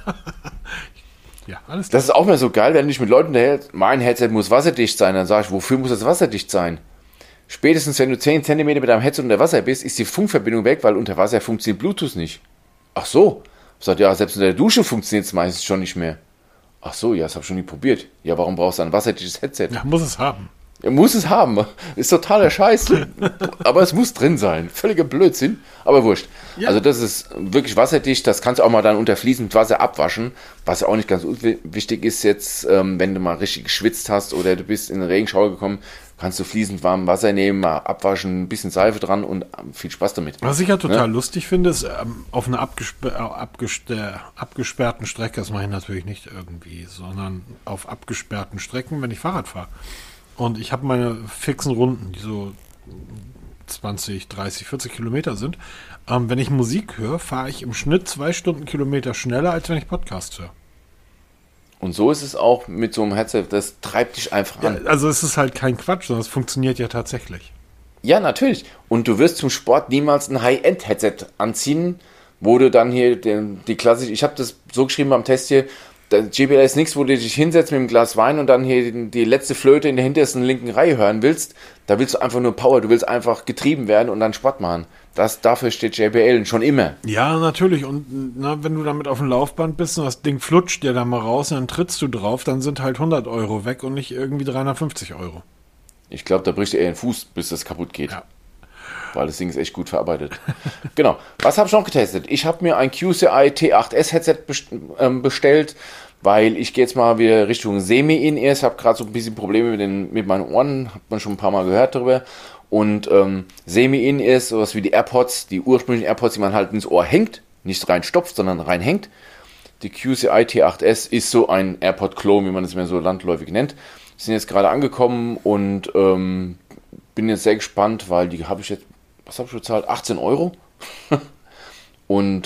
Ja, alles klar. Das ist auch mal so geil, wenn du dich mit Leuten unterhältst, mein Headset muss wasserdicht sein. Dann sage ich, wofür muss das wasserdicht sein? Spätestens, wenn du 10 cm mit deinem Headset unter Wasser bist, ist die Funkverbindung weg, weil unter Wasser funktioniert Bluetooth nicht. Ach so. Sagt, ja, selbst unter der Dusche funktioniert es meistens schon nicht mehr. Ach so, ja, das habe ich schon nie probiert. Ja, warum brauchst du ein wasserdichtes Headset? Ja, muss es haben. Er muss es haben. Ist totaler Scheiß. Aber es muss drin sein. Völliger Blödsinn. Aber wurscht. Ja. Also das ist wirklich wasserdicht. Das kannst du auch mal dann unter fließendem Wasser abwaschen. Was ja auch nicht ganz wichtig ist jetzt, wenn du mal richtig geschwitzt hast oder du bist in den Regenschauer gekommen, kannst du fließend warmes Wasser nehmen, mal abwaschen, ein bisschen Seife dran und viel Spaß damit. Was ich ja total lustig finde, ist, auf einer abgesperrten Strecke, das mache ich natürlich nicht irgendwie, sondern auf abgesperrten Strecken, wenn ich Fahrrad fahre. Und ich habe meine fixen Runden, die so 20, 30, 40 Kilometer sind. Wenn ich Musik höre, fahre ich im Schnitt 2 Stundenkilometer schneller, als wenn ich Podcast höre. Und so ist es auch mit so einem Headset, das treibt dich einfach an. Ja, also es ist halt kein Quatsch, sondern es funktioniert ja tatsächlich. Ja, natürlich. Und du wirst zum Sport niemals ein High-End-Headset anziehen, wo du dann hier die klassische, ich habe das so geschrieben beim Test hier, der JBL ist nichts, wo du dich hinsetzt mit einem Glas Wein und dann hier die letzte Flöte in der hintersten linken Reihe hören willst. Da willst du einfach nur Power, du willst einfach getrieben werden und dann Sport machen. Dafür steht JBL schon immer. Ja, natürlich. Und wenn du damit auf dem Laufband bist und das Ding flutscht dir da mal raus und dann trittst du drauf, dann sind halt 100 Euro weg und nicht irgendwie 350 Euro. Ich glaube, da bricht dir eher den Fuß, bis das kaputt geht. Ja. Weil das Ding ist echt gut verarbeitet. Genau. Was habe ich noch getestet? Ich habe mir ein QCI T8S Headset bestellt, weil ich gehe jetzt mal wieder Richtung Semi-In-Ears. Ich habe gerade so ein bisschen Probleme mit meinen Ohren. Hat man schon ein paar Mal gehört darüber. Und Semi-In-Ears, sowas wie die AirPods, die ursprünglichen AirPods, die man halt ins Ohr hängt, nicht reinstopft, sondern reinhängt. Die QCI T8S ist so ein AirPod-Klon, wie man es mehr so landläufig nennt. Die sind jetzt gerade angekommen und bin jetzt sehr gespannt, weil die habe ich jetzt, was habe ich bezahlt? 18 Euro. Und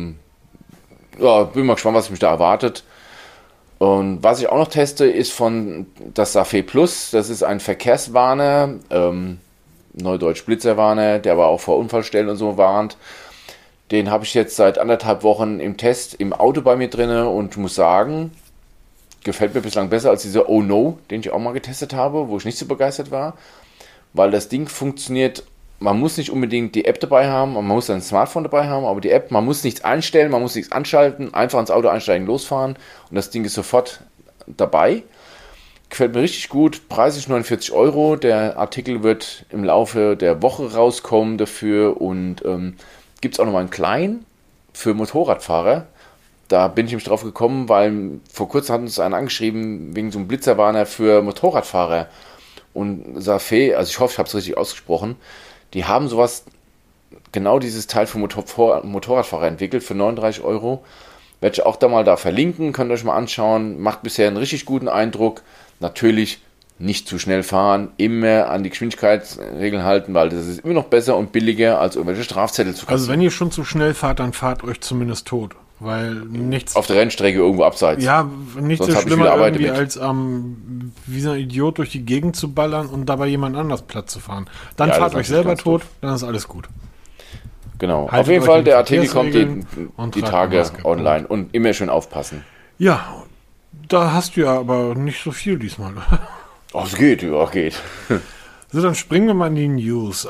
ja, bin mal gespannt, was mich da erwartet. Und was ich auch noch teste, ist von das Safe Plus. Das ist ein Verkehrswarner, Neudeutsch Blitzerwarner, der aber auch vor Unfallstellen und so warnt. Den habe ich jetzt seit 1,5 Wochen im Test im Auto bei mir drin und muss sagen, gefällt mir bislang besser als dieser Oh No, den ich auch mal getestet habe, wo ich nicht so begeistert war, weil das Ding funktioniert. Man muss nicht unbedingt die App dabei haben, man muss ein Smartphone dabei haben, aber die App, man muss nichts einstellen, man muss nichts anschalten, einfach ins Auto einsteigen, losfahren und das Ding ist sofort dabei. Gefällt mir richtig gut, preislich 49 Euro, der Artikel wird im Laufe der Woche rauskommen dafür und gibt es auch nochmal einen kleinen für Motorradfahrer. Da bin ich nämlich drauf gekommen, weil vor kurzem hat uns einer angeschrieben wegen so einem Blitzerwarner für Motorradfahrer und Safe, also ich hoffe, ich habe es richtig ausgesprochen, die haben sowas, genau dieses Teil für Motorradfahrer entwickelt für 39 Euro. Werde ich auch da mal verlinken, könnt ihr euch mal anschauen. Macht bisher einen richtig guten Eindruck. Natürlich nicht zu schnell fahren, immer an die Geschwindigkeitsregeln halten, weil das ist immer noch besser und billiger, als irgendwelche Strafzettel zu kassieren. Also wenn ihr schon zu schnell fahrt, dann fahrt euch zumindest tot. Weil nichts... Auf der Rennstrecke irgendwo abseits. Ja, nichts so schlimmer irgendwie als wie so ein Idiot durch die Gegend zu ballern und dabei jemand anders Platz zu fahren. Dann fahrt euch selber tot, dann ist alles gut. Genau. Auf jeden Fall, der Artikel kommt die Tage online und immer schön aufpassen. Ja, da hast du ja aber nicht so viel diesmal. Ach, es geht, ja, geht. So, dann springen wir mal in die News.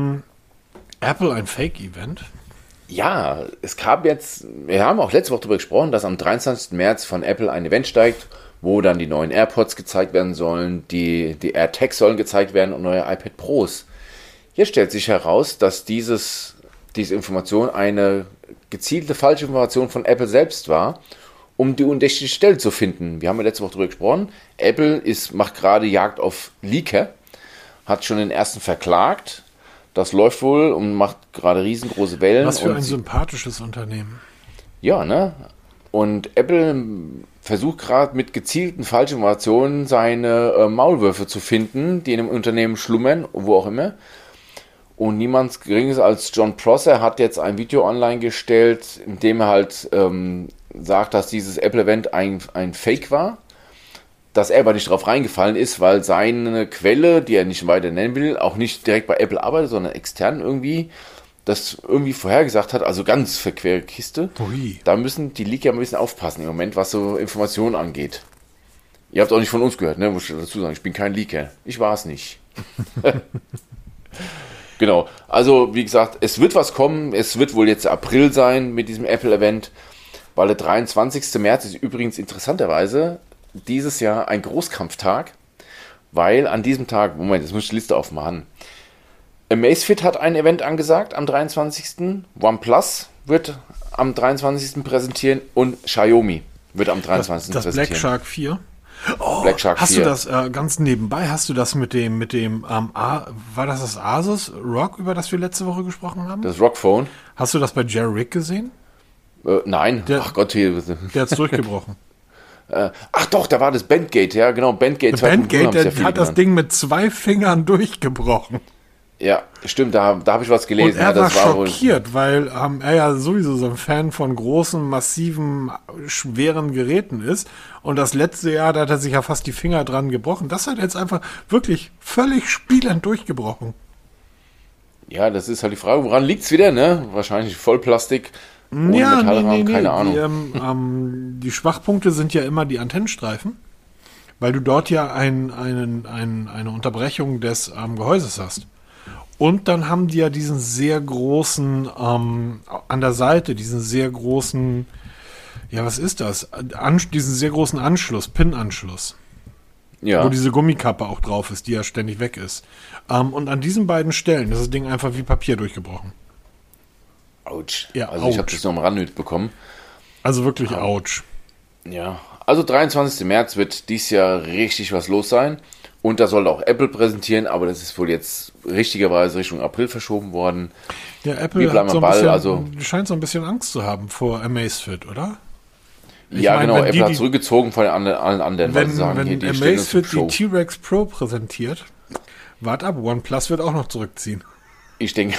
Apple ein Fake-Event? Ja, es kam jetzt, wir haben auch letzte Woche darüber gesprochen, dass am 23. März von Apple ein Event steigt, wo dann die neuen AirPods gezeigt werden sollen, die AirTags sollen gezeigt werden und neue iPad Pros. Jetzt stellt sich heraus, dass diese Information eine gezielte falsche Information von Apple selbst war, um die undächtige Stelle zu finden. Wir haben ja letzte Woche darüber gesprochen, Apple macht gerade Jagd auf Leaker, hat schon den ersten verklagt. Das läuft wohl und macht gerade riesengroße Wellen. Was für ein sympathisches Unternehmen. Ja, ne? Und Apple versucht gerade mit gezielten Falschinformationen seine Maulwürfe zu finden, die in einem Unternehmen schlummern, wo auch immer. Und niemand Geringeres als John Prosser hat jetzt ein Video online gestellt, in dem er halt sagt, dass dieses Apple-Event ein Fake war. Dass er aber nicht drauf reingefallen ist, weil seine Quelle, die er nicht weiter nennen will, auch nicht direkt bei Apple arbeitet, sondern extern irgendwie, das irgendwie vorhergesagt hat. Also ganz verquere Kiste. Ui. Da müssen die Leaker ein bisschen aufpassen im Moment, was so Informationen angeht. Ihr habt auch nicht von uns gehört, ne? Muss ich dazu sagen, ich bin kein Leaker. Ich war es nicht. Genau, also wie gesagt, es wird was kommen. Es wird wohl jetzt April sein mit diesem Apple-Event, weil der 23. März ist übrigens interessanterweise dieses Jahr ein Großkampftag, weil an diesem Tag, Moment, jetzt muss ich die Liste aufmachen. Amazfit hat ein Event angesagt am 23. OnePlus wird am 23. präsentieren und Xiaomi wird am 23. Das präsentieren. Black Shark 4. Oh, Black Shark hast 4. du das ganz nebenbei, hast du das mit dem war das Asus Rock, über das wir letzte Woche gesprochen haben? Das Rockphone? Hast du das bei Jerry Rick gesehen? Nein, ach Gott, hier. Der hat's durchgebrochen. Ach doch, da war das Bandgate, ja genau, Bandgate 2.0 Bandgate, der ja hat das Ding mit 2 Fingern durchgebrochen. Ja, stimmt, da habe ich was gelesen. Und er ja, das war wohl schockiert, weil er ja sowieso so ein Fan von großen, massiven, schweren Geräten ist. Und das letzte Jahr, da hat er sich ja fast die Finger dran gebrochen. Das hat er jetzt einfach wirklich völlig spielend durchgebrochen. Ja, das ist halt die Frage, woran liegt's wieder, ne? Wahrscheinlich Vollplastik, ohne Metallrahmen, keine Ahnung. Die Schwachpunkte sind ja immer die Antennenstreifen, weil du dort ja eine Unterbrechung des Gehäuses hast. Und dann haben die ja diesen sehr großen, an der Seite, diesen sehr großen, ja, was ist das? Diesen sehr großen Anschluss, Pin-Anschluss. Ja. Wo diese Gummikappe auch drauf ist, die ja ständig weg ist. Und an diesen beiden Stellen ist das Ding einfach wie Papier durchgebrochen. Autsch. Ja, also ich habe das noch am Rand mitbekommen. Also wirklich ouch. Ja, also 23. März wird dieses Jahr richtig was los sein. Und da soll auch Apple präsentieren, aber das ist wohl jetzt richtigerweise Richtung April verschoben worden. Ja, Apple Wir bleiben am Ball, scheint so ein bisschen Angst zu haben vor Amazfit, oder? Genau, Apple hat zurückgezogen von allen anderen, weil sie sagen, wenn die Amazfit die T-Rex Pro präsentiert, wart ab, OnePlus wird auch noch zurückziehen. Ich denke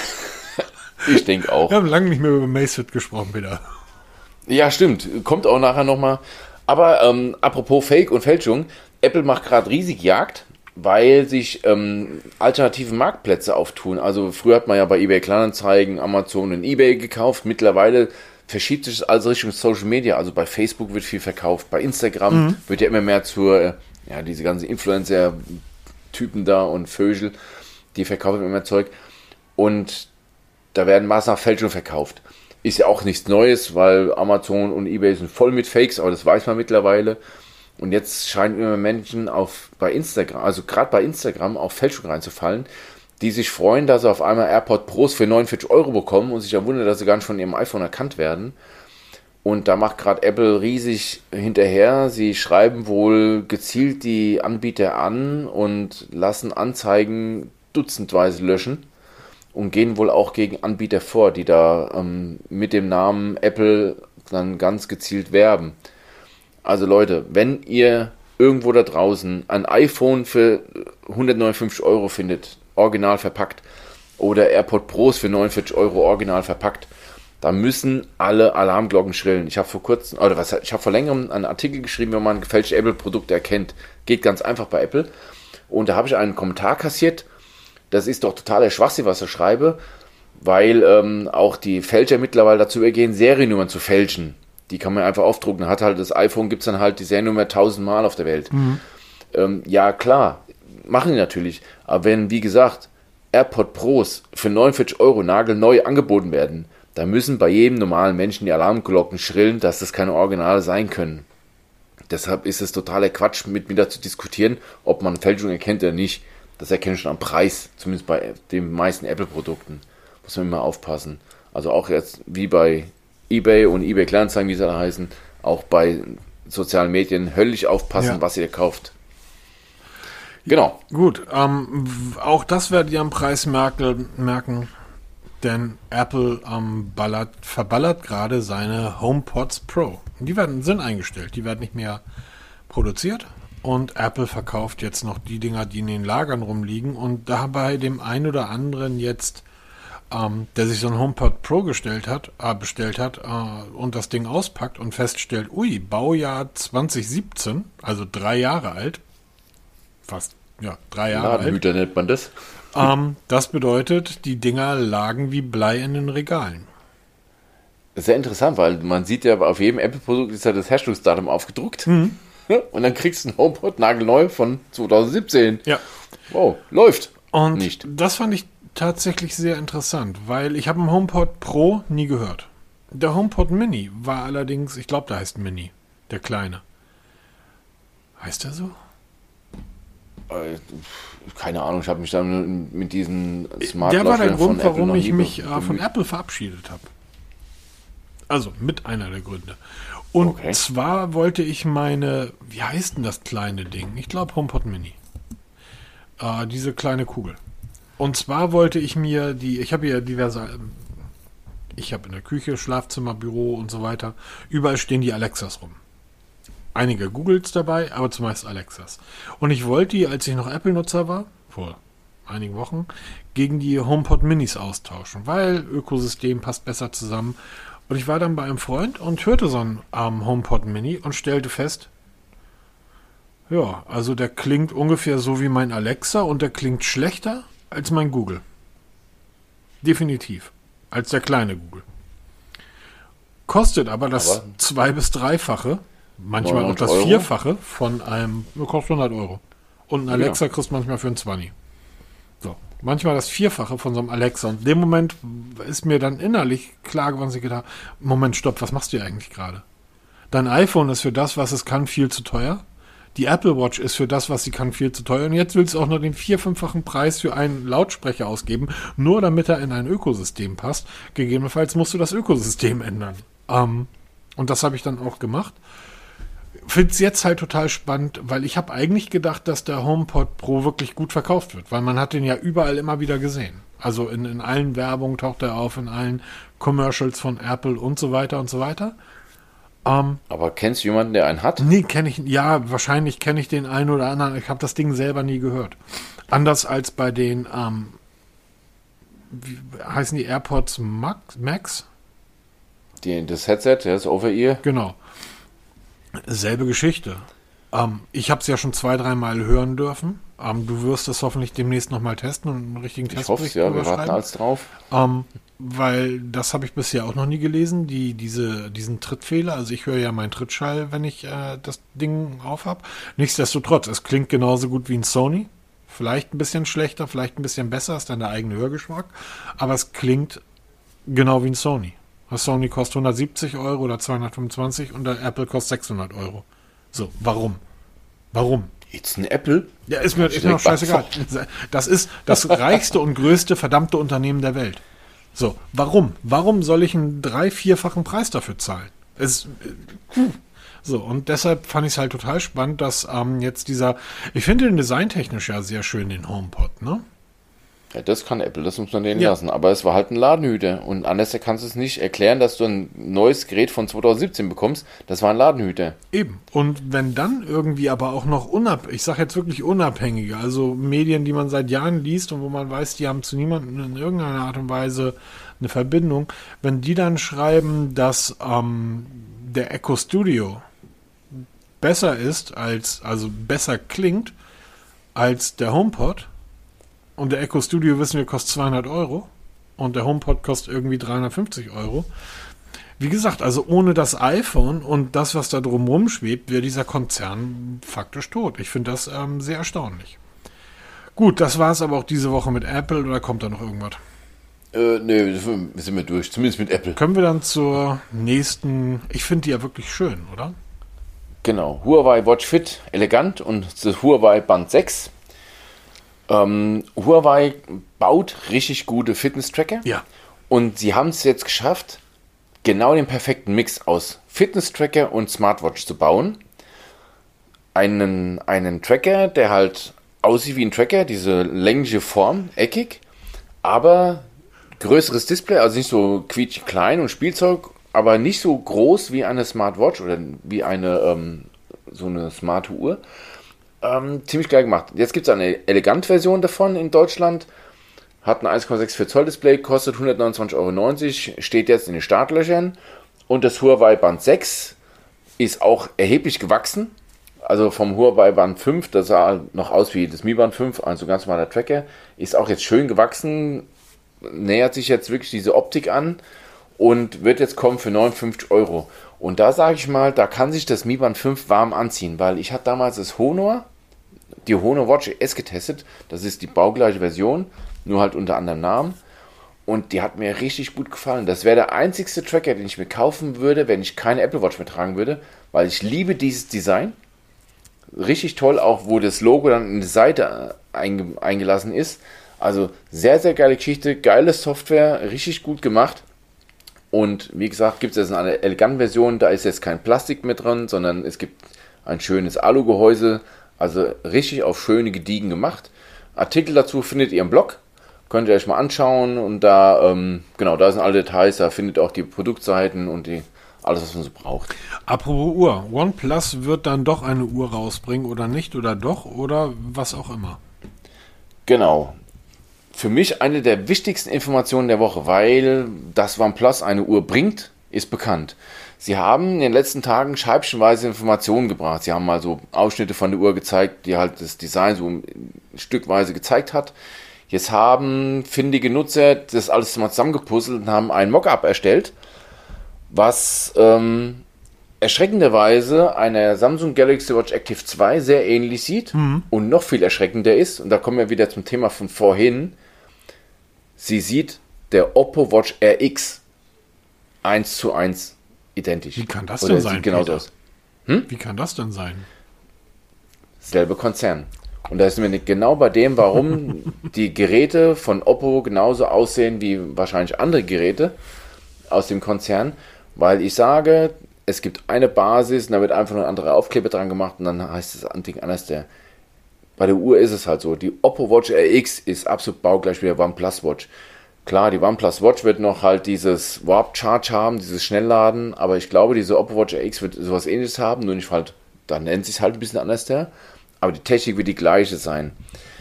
auch. Wir haben lange nicht mehr über Amazfit gesprochen, Peter. Ja, stimmt. Kommt auch nachher nochmal. Aber apropos Fake und Fälschung, Apple macht gerade riesig Jagd, weil sich alternative Marktplätze auftun. Also früher hat man ja bei eBay Kleinanzeigen, Amazon und eBay gekauft. Mittlerweile verschiebt sich das also Richtung Social Media. Also bei Facebook wird viel verkauft, bei Instagram wird ja immer mehr zur, diese ganzen Influencer-Typen da und Vögel, die verkaufen immer mehr Zeug. Und da werden Maßen nach Fälschungen verkauft. Ist ja auch nichts Neues, weil Amazon und eBay sind voll mit Fakes, aber das weiß man mittlerweile. Und jetzt scheinen immer Menschen bei Instagram, also gerade bei Instagram, auf Fälschung reinzufallen, die sich freuen, dass sie auf einmal AirPod Pros für 49 € bekommen und sich dann wundern, dass sie gar nicht von ihrem iPhone erkannt werden. Und da macht gerade Apple riesig hinterher. Sie schreiben wohl gezielt die Anbieter an und lassen Anzeigen dutzendweise löschen und gehen wohl auch gegen Anbieter vor, die da mit dem Namen Apple dann ganz gezielt werben. Also Leute, wenn ihr irgendwo da draußen ein iPhone für 159 € findet, original verpackt, oder AirPod Pros für 49 € original verpackt, da müssen alle Alarmglocken schrillen. Ich habe vor längerem einen Artikel geschrieben, wenn man gefälschte Apple-Produkte erkennt. Geht ganz einfach bei Apple. Und da habe ich einen Kommentar kassiert. Das ist doch totaler Schwachsinn, was ich schreibe, weil auch die Fälscher mittlerweile dazu übergehen, Seriennummern zu fälschen. Die kann man einfach aufdrucken. Hat halt das iPhone, gibt es dann halt die Seriennummer 1000 Mal auf der Welt. Ja, klar, machen die natürlich. Aber wenn, wie gesagt, AirPod Pros für 49 € nagelneu angeboten werden, da müssen bei jedem normalen Menschen die Alarmglocken schrillen, dass das keine Originale sein können. Deshalb ist es totaler Quatsch, mit mir da zu diskutieren, ob man Fälschung erkennt oder nicht. Das erkennt schon am Preis, zumindest bei den meisten Apple-Produkten. Muss man immer aufpassen. Also auch jetzt wie bei eBay und eBay Kleinanzeigen, wie sie da heißen, auch bei sozialen Medien höllisch aufpassen, was ihr kauft. Genau. Gut, auch das werdet ihr am Preis merken, denn Apple verballert gerade seine HomePods Pro. Die sind eingestellt, die werden nicht mehr produziert und Apple verkauft jetzt noch die Dinger, die in den Lagern rumliegen und da bei dem einen oder anderen jetzt der sich so ein HomePod Pro bestellt hat und das Ding auspackt und feststellt, ui, Baujahr 2017, also 3 Jahre alt, fast, ja, 3 Jahre alt. Ladenhüter nennt man das. Das bedeutet, die Dinger lagen wie Blei in den Regalen. Sehr interessant, weil man sieht ja, auf jedem Apple-Produkt ist ja das Herstellungsdatum aufgedruckt. Und dann kriegst du einen HomePod nagelneu von 2017. Ja. Wow, läuft. Und nicht. Das fand ich tatsächlich sehr interessant, weil ich habe einen HomePod Pro nie gehört. Der HomePod Mini war allerdings, ich glaube, der heißt Mini, der kleine. Heißt der so? Keine Ahnung, ich habe mich dann mit diesen Smart Der war der Lautsprechern Grund, von Apple warum noch ich nie mich bemüht. von Apple verabschiedet habe. Also mit einer der Gründe. Und zwar wollte ich meine, wie heißt denn das kleine Ding? Ich glaube HomePod Mini. Diese kleine Kugel. Und zwar wollte ich mir ich habe ja diverse, ich habe in der Küche, Schlafzimmer, Büro und so weiter, überall stehen die Alexas rum. Einige Googles dabei, aber zumeist Alexas. Und ich wollte die, als ich noch Apple-Nutzer war, vor einigen Wochen, gegen die HomePod Minis austauschen, weil Ökosystem passt besser zusammen. Und ich war dann bei einem Freund und hörte so einen HomePod Mini und stellte fest, ja, also der klingt ungefähr so wie mein Alexa und der klingt schlechter als mein Google. Definitiv. Als der kleine Google. Kostet aber das 2- bis 3-fache, manchmal auch das 4-fache von einem, kostet 100 Euro. Und ein Alexa kriegst du manchmal für einen 20. So. Manchmal das 4-fache von so einem Alexa. Und in dem Moment ist mir dann innerlich klar geworden, ich gedacht, Moment, stopp, was machst du hier eigentlich gerade? Dein iPhone ist für das, was es kann, viel zu teuer. Die Apple Watch ist für das, was sie kann, viel zu teuer. Und jetzt willst du auch noch den 4-5-fachen Preis für einen Lautsprecher ausgeben, nur damit er in ein Ökosystem passt. Gegebenenfalls musst du das Ökosystem ändern. Und das habe ich dann auch gemacht. Finde es jetzt halt total spannend, weil ich habe eigentlich gedacht, dass der HomePod Pro wirklich gut verkauft wird, weil man hat den ja überall immer wieder gesehen. Also in allen Werbungen taucht er auf, in allen Commercials von Apple und so weiter und so weiter. Aber kennst du jemanden, der einen hat? Nee, kenne ich, ja, wahrscheinlich kenne ich den einen oder anderen. Ich habe das Ding selber nie gehört. Anders als bei den, wie heißen die AirPods Max? Das Headset, das Over-Ear. Genau. Selbe Geschichte. Ich habe es ja schon 2-3 Mal hören dürfen. Du wirst es hoffentlich demnächst nochmal testen und einen richtigen Test. Ich hoffe es, ja, wir warten alles drauf. Weil das habe ich bisher auch noch nie gelesen, diesen Trittfehler. Also ich höre ja meinen Trittschall, wenn ich das Ding auf habe. Nichtsdestotrotz, es klingt genauso gut wie ein Sony. Vielleicht ein bisschen schlechter, vielleicht ein bisschen besser, ist dann der eigene Hörgeschmack. Aber es klingt genau wie ein Sony. Das Sony kostet 170 Euro oder 225 und der Apple kostet 600 Euro. So, warum? Warum? Jetzt ein Apple? Ja, ist mir noch scheißegal. Das ist das reichste und größte verdammte Unternehmen der Welt. So, warum? Warum soll ich einen 3-4-fachen Preis dafür zahlen? So, und deshalb fand ich es halt total spannend, dass jetzt ich finde den designtechnisch ja sehr schön, den HomePod, ne? Ja, das kann Apple, das muss man denen lassen. Aber es war halt ein Ladenhüter. Und anders kannst du es nicht erklären, dass du ein neues Gerät von 2017 bekommst. Das war ein Ladenhüter. Eben. Und wenn dann irgendwie aber auch noch ich sage jetzt wirklich unabhängige, also Medien, die man seit Jahren liest und wo man weiß, die haben zu niemandem in irgendeiner Art und Weise eine Verbindung, wenn die dann schreiben, dass der Echo Studio besser ist, also besser klingt als der HomePod, und der Echo Studio, wissen wir, kostet 200 Euro. Und der HomePod kostet irgendwie 350 Euro. Wie gesagt, also ohne das iPhone und das, was da drumherum schwebt, wäre dieser Konzern faktisch tot. Ich finde das sehr erstaunlich. Gut, das war es aber auch diese Woche mit Apple, oder kommt da noch irgendwas? Nee, sind wir durch. Zumindest mit Apple. Können wir dann zur nächsten... Ich finde die ja wirklich schön, oder? Genau. Huawei Watch Fit, elegant, und das Huawei Band 6. Huawei baut richtig gute Fitness-Tracker. Ja. Und sie haben es jetzt geschafft, genau den perfekten Mix aus Fitness-Tracker und Smartwatch zu bauen. Einen Tracker, der halt aussieht wie ein Tracker, diese längliche Form, eckig, aber größeres Display, also nicht so quietschig klein und Spielzeug, aber nicht so groß wie eine Smartwatch oder wie so eine smarte Uhr. Ziemlich geil gemacht. Jetzt gibt es eine Elegant-Version davon in Deutschland. hat ein 1,64 Zoll Display, kostet 129,90 €, steht jetzt in den Startlöchern. Und das Huawei Band 6 ist auch erheblich gewachsen. Also vom Huawei Band 5, das sah noch aus wie das Mi Band 5, also ganz normaler Tracker, ist auch jetzt schön gewachsen, nähert sich jetzt wirklich diese Optik an und wird jetzt kommen für 59 €. Und da sage ich mal, da kann sich das Mi Band 5 warm anziehen, weil ich hatte damals die Honor Watch S getestet, das ist die baugleiche Version, nur halt unter anderem Namen. Und die hat mir richtig gut gefallen. Das wäre der einzigste Tracker, den ich mir kaufen würde, wenn ich keine Apple Watch mehr tragen würde, weil ich liebe dieses Design. Richtig toll, auch wo das Logo dann in die Seite eingelassen ist. Also sehr, sehr geile Geschichte, geile Software, richtig gut gemacht. Und wie gesagt, gibt es jetzt eine elegante Version, da ist jetzt kein Plastik mehr drin, sondern es gibt ein schönes Alugehäuse. Also richtig auf schöne Gediegen gemacht. Artikel dazu findet ihr im Blog. Könnt ihr euch mal anschauen. Und da, da sind alle Details. Da findet ihr auch die Produktseiten und alles, was man so braucht. Apropos Uhr. OnePlus wird dann doch eine Uhr rausbringen oder nicht oder doch oder was auch immer. Genau. Für mich eine der wichtigsten Informationen der Woche, weil das OnePlus eine Uhr bringt, ist bekannt. Sie haben in den letzten Tagen scheibchenweise Informationen gebracht. Sie haben mal so Ausschnitte von der Uhr gezeigt, die halt das Design so stückweise gezeigt hat. Jetzt haben findige Nutzer das alles mal zusammengepuzzelt und haben ein Mockup erstellt, was erschreckenderweise einer Samsung Galaxy Watch Active 2 sehr ähnlich sieht und noch viel erschreckender ist. Und da kommen wir wieder zum Thema von vorhin. Sie sieht der Oppo Watch RX 1:1 identisch. Wie kann das denn sein? Sieht genauso aus. Wie kann das denn sein? Selbe Konzern. Und da sind wir nicht genau bei dem, warum die Geräte von Oppo genauso aussehen wie wahrscheinlich andere Geräte aus dem Konzern. Weil ich sage, es gibt eine Basis und da wird einfach nur ein anderer Aufkleber dran gemacht und dann heißt es ein Ding anders. Bei der Uhr ist es halt so. Die Oppo Watch RX ist absolut baugleich wie der OnePlus Watch. Klar, die OnePlus Watch wird noch halt dieses Warp Charge haben, dieses Schnellladen, aber ich glaube, diese Oppo Watch RX wird sowas ähnliches haben, nur nicht halt, dann nennt sich halt ein bisschen anders aber die Technik wird die gleiche sein.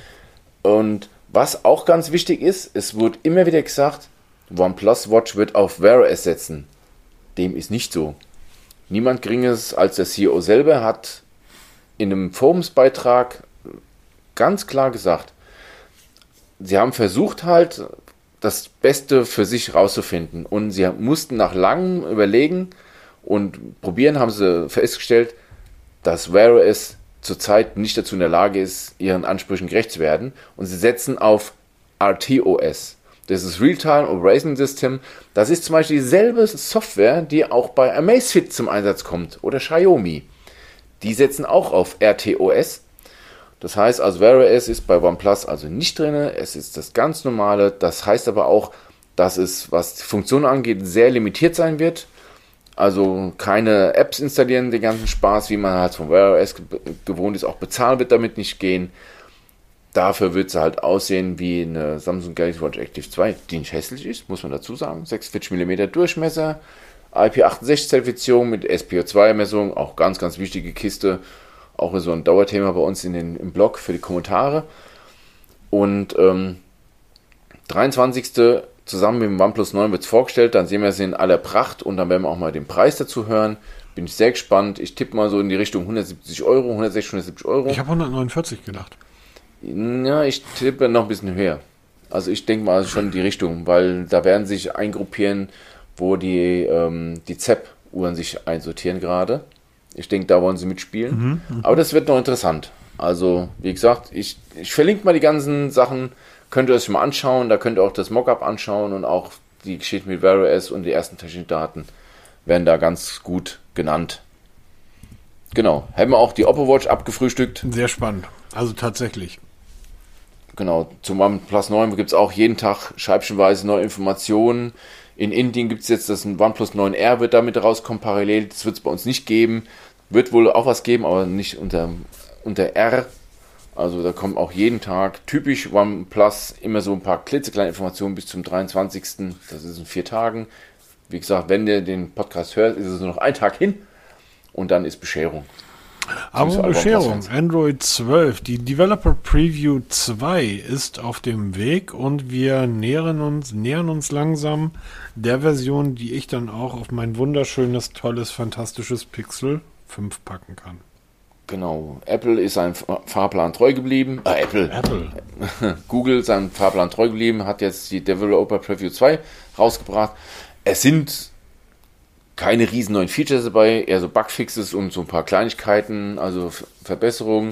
Und was auch ganz wichtig ist, es wird immer wieder gesagt, OnePlus Watch wird auf Wear OS setzen. Dem ist nicht so. Niemand Geringeres als der CEO selber hat in einem Forumsbeitrag ganz klar gesagt, sie haben versucht halt, das Beste für sich rauszufinden. Und sie mussten nach langem Überlegen und Probieren, haben sie festgestellt, dass Wear OS zurzeit nicht dazu in der Lage ist, ihren Ansprüchen gerecht zu werden. Und sie setzen auf RTOS. Das ist Real-Time Operating System. Das ist zum Beispiel dieselbe Software, die auch bei Amazfit zum Einsatz kommt oder Xiaomi. Die setzen auch auf RTOS. Das heißt, also Wear OS ist bei OnePlus also nicht drin. Es ist das ganz normale. Das heißt aber auch, dass es, was die Funktion angeht, sehr limitiert sein wird. Also keine Apps installieren, den ganzen Spaß, wie man halt von Wear OS gewohnt ist. Auch bezahlen wird damit nicht gehen. Dafür wird sie halt aussehen wie eine Samsung Galaxy Watch Active 2, die nicht hässlich ist, muss man dazu sagen. 46 mm Durchmesser, IP68-Zertifizierung mit SPO2-Messung, auch ganz, ganz wichtige Kiste. Auch so ein Dauerthema bei uns im Blog für die Kommentare. Und 23. zusammen mit dem OnePlus 9 wird es vorgestellt, dann sehen wir es in aller Pracht und dann werden wir auch mal den Preis dazu hören. Bin ich sehr gespannt. Ich tippe mal so in die Richtung 170 €, 160, 170 €. Ich habe 149 gedacht. Ja, ich tippe noch ein bisschen höher. Also ich denke mal schon in die Richtung, weil da werden sich eingruppieren, wo die ZEP-Uhren sich einsortieren gerade. Ich denke, da wollen sie mitspielen. Aber das wird noch interessant. Also, wie gesagt, ich verlinke mal die ganzen Sachen. Könnt ihr euch mal anschauen. Da könnt ihr auch das Mockup anschauen und auch die Geschichte mit Wear OS und die ersten technischen Daten werden da ganz gut genannt. Genau. Haben wir auch die Oppo Watch abgefrühstückt. Sehr spannend. Also tatsächlich. Genau. Zum OnePlus 9 gibt es auch jeden Tag scheibchenweise neue Informationen. In Indien gibt es jetzt das OnePlus 9R, wird damit rauskommen parallel. Das wird es bei uns nicht geben. Wird wohl auch was geben, aber nicht unter R. Also da kommt auch jeden Tag typisch OnePlus immer so ein paar klitzekleine Informationen bis zum 23. Das ist in 4 Tagen. Wie gesagt, wenn ihr den Podcast hört, ist es nur noch ein Tag hin und dann ist Bescherung. Aber Bescherung, Android 12, die Developer Preview 2 ist auf dem Weg und wir nähern uns langsam der Version, die ich dann auch auf mein wunderschönes, tolles, fantastisches Pixel 5 packen kann. Genau, Apple ist seinem Fahrplan treu geblieben. Apple. Google seinem Fahrplan treu geblieben, hat jetzt die Developer Preview 2 rausgebracht. Es sind keine riesen neuen Features dabei, eher so Bugfixes und so ein paar Kleinigkeiten, also Verbesserungen.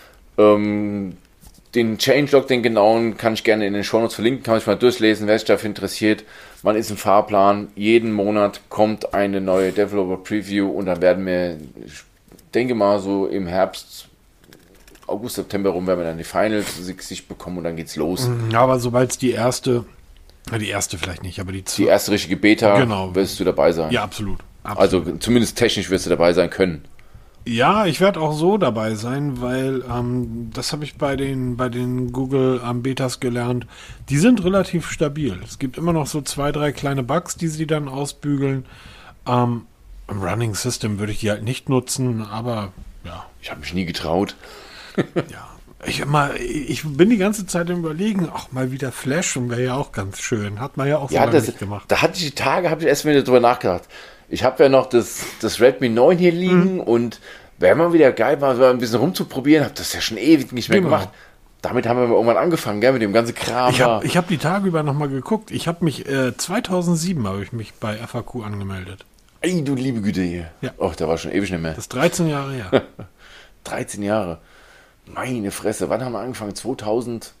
Den Changelog, den genauen, kann ich gerne in den Shownotes verlinken, kann man sich mal durchlesen, wer sich dafür interessiert. Man ist im Fahrplan, jeden Monat kommt eine neue Developer Preview und dann werden wir, ich denke mal so im Herbst, August, September rum, werden wir dann die Finals sich bekommen und dann geht's los. Ja, aber sobald es die erste vielleicht nicht, aber die erste richtige Beta, genau, wirst du dabei sein. Ja, absolut. Also zumindest technisch wirst du dabei sein können. Ja, ich werde auch so dabei sein, weil das habe ich bei den Google Betas gelernt. Die sind relativ stabil. Es gibt immer noch so 2, 3 kleine Bugs, die sie dann ausbügeln. Im Running System würde ich die halt nicht nutzen, aber ja. Ich habe mich nie getraut. Ja. Ich bin die ganze Zeit im Überlegen, ach, mal wieder Flash und wäre ja auch ganz schön. Hat man ja auch so lange nicht gemacht. Da hatte ich die Tage, habe ich erst wieder drüber nachgedacht. Ich habe ja noch das Redmi 9 hier liegen und wäre mal wieder geil, mal ein bisschen rumzuprobieren. Habe das ja schon ewig nicht mehr gemacht. Damit haben wir irgendwann angefangen, gell, mit dem ganzen Kram. Ich hab die Tage über nochmal geguckt. Ich habe mich, 2007 habe ich mich bei FAQ angemeldet. Ey, du liebe Güte hier. Ja. Och, da war schon ewig nicht mehr. Das ist 13 Jahre her. 13 Jahre. Meine Fresse, wann haben wir angefangen? 2001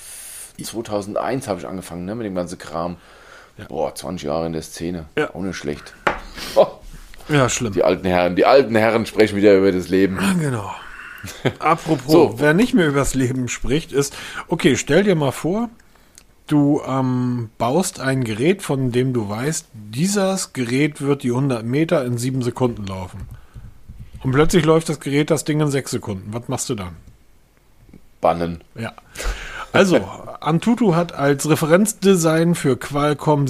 habe ich angefangen, ne, mit dem ganzen Kram. Ja. Boah, 20 Jahre in der Szene. Ja. Auch nicht schlecht. Oh. Ja, schlimm. Die alten Herren sprechen wieder über das Leben. Genau. Apropos, wer nicht mehr über das Leben spricht, ist, okay, stell dir mal vor, du baust ein Gerät, von dem du weißt, dieses Gerät wird die 100 Meter in 7 Sekunden laufen. Und plötzlich läuft das Ding in 6 Sekunden. Was machst du dann? Bannen. Ja. Also, Antutu hat als Referenzdesign für Qualcomm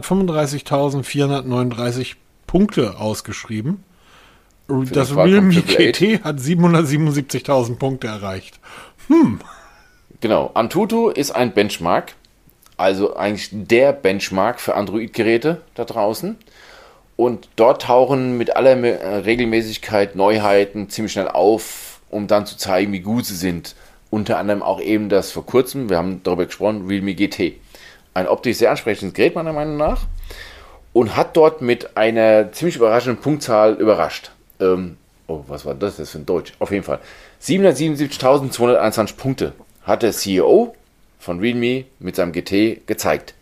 735.439 Punkte ausgeschrieben. Das Realme GT hat 777.000 Punkte erreicht. Genau. Antutu ist ein Benchmark, also eigentlich der Benchmark für Android-Geräte da draußen. Und dort tauchen mit aller Regelmäßigkeit Neuheiten ziemlich schnell auf, um dann zu zeigen, wie gut sie sind. Unter anderem auch eben das vor kurzem, wir haben darüber gesprochen, Realme GT. Ein optisch sehr ansprechendes Gerät meiner Meinung nach und hat dort mit einer ziemlich überraschenden Punktzahl überrascht. Was war das für ein Deutsch? Auf jeden Fall. 777.221 Punkte hat der CEO von Realme mit seinem GT gezeigt.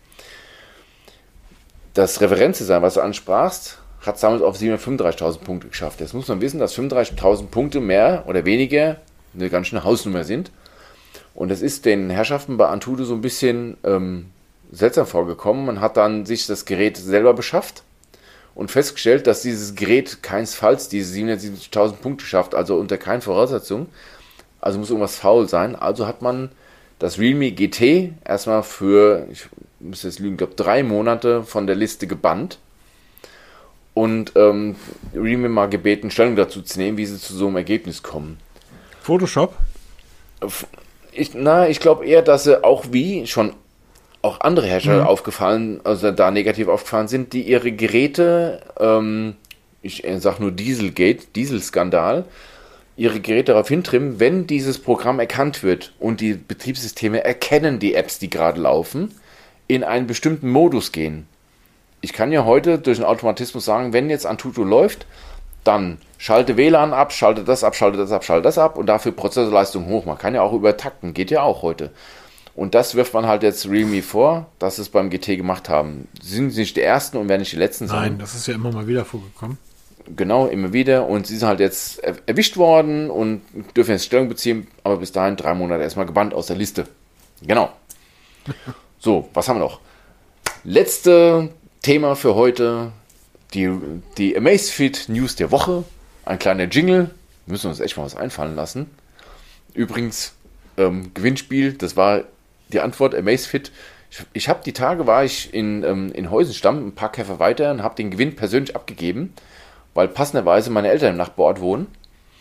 Das Referenzdesign, was du ansprachst, hat es damals auf 735.000 Punkte geschafft. Jetzt muss man wissen, dass 35.000 Punkte mehr oder weniger eine ganz schöne Hausnummer sind. Und das ist den Herrschaften bei Antutu so ein bisschen seltsam vorgekommen. Man hat dann sich das Gerät selber beschafft und festgestellt, dass dieses Gerät keinesfalls diese 770.000 Punkte schafft, also unter keinen Voraussetzungen. Also muss irgendwas faul sein. Also hat man das Realme GT erstmal für, ich müsste jetzt lügen, glaube 3 Monate von der Liste gebannt und Realme mal gebeten, Stellung dazu zu nehmen, wie sie zu so einem Ergebnis kommen. Photoshop? Ich glaube eher, dass sie auch andere Hersteller da negativ aufgefallen sind, die ihre Geräte, ich sage nur Dieselskandal, ihre Geräte darauf hintrimmen, wenn dieses Programm erkannt wird und die Betriebssysteme erkennen die Apps, die gerade laufen, in einen bestimmten Modus gehen. Ich kann ja heute durch einen Automatismus sagen, wenn jetzt Antutu läuft, dann schalte WLAN ab, schalte das ab, schalte das ab, schalte das ab und dafür Prozessorleistung hoch. Man kann ja auch übertakten, geht ja auch heute. Und das wirft man halt jetzt Realme vor, dass sie es beim GT gemacht haben. Sie sind nicht die Ersten und werden nicht die Letzten sein. Nein, das ist ja immer mal wieder vorgekommen. Genau, immer wieder. Und sie sind halt jetzt erwischt worden und dürfen jetzt Stellung beziehen, aber bis dahin 3 Monate erstmal gebannt aus der Liste. Genau. So, was haben wir noch? Letzte Thema für heute, die Amazfit News der Woche. Ein kleiner Jingle. Wir müssen uns echt mal was einfallen lassen. Übrigens, Gewinnspiel, das war die Antwort, Amazfit. Ich habe die Tage, war ich in Heusenstamm, ein paar Käfer weiter und habe den Gewinn persönlich abgegeben, weil passenderweise meine Eltern im Nachbarort wohnen.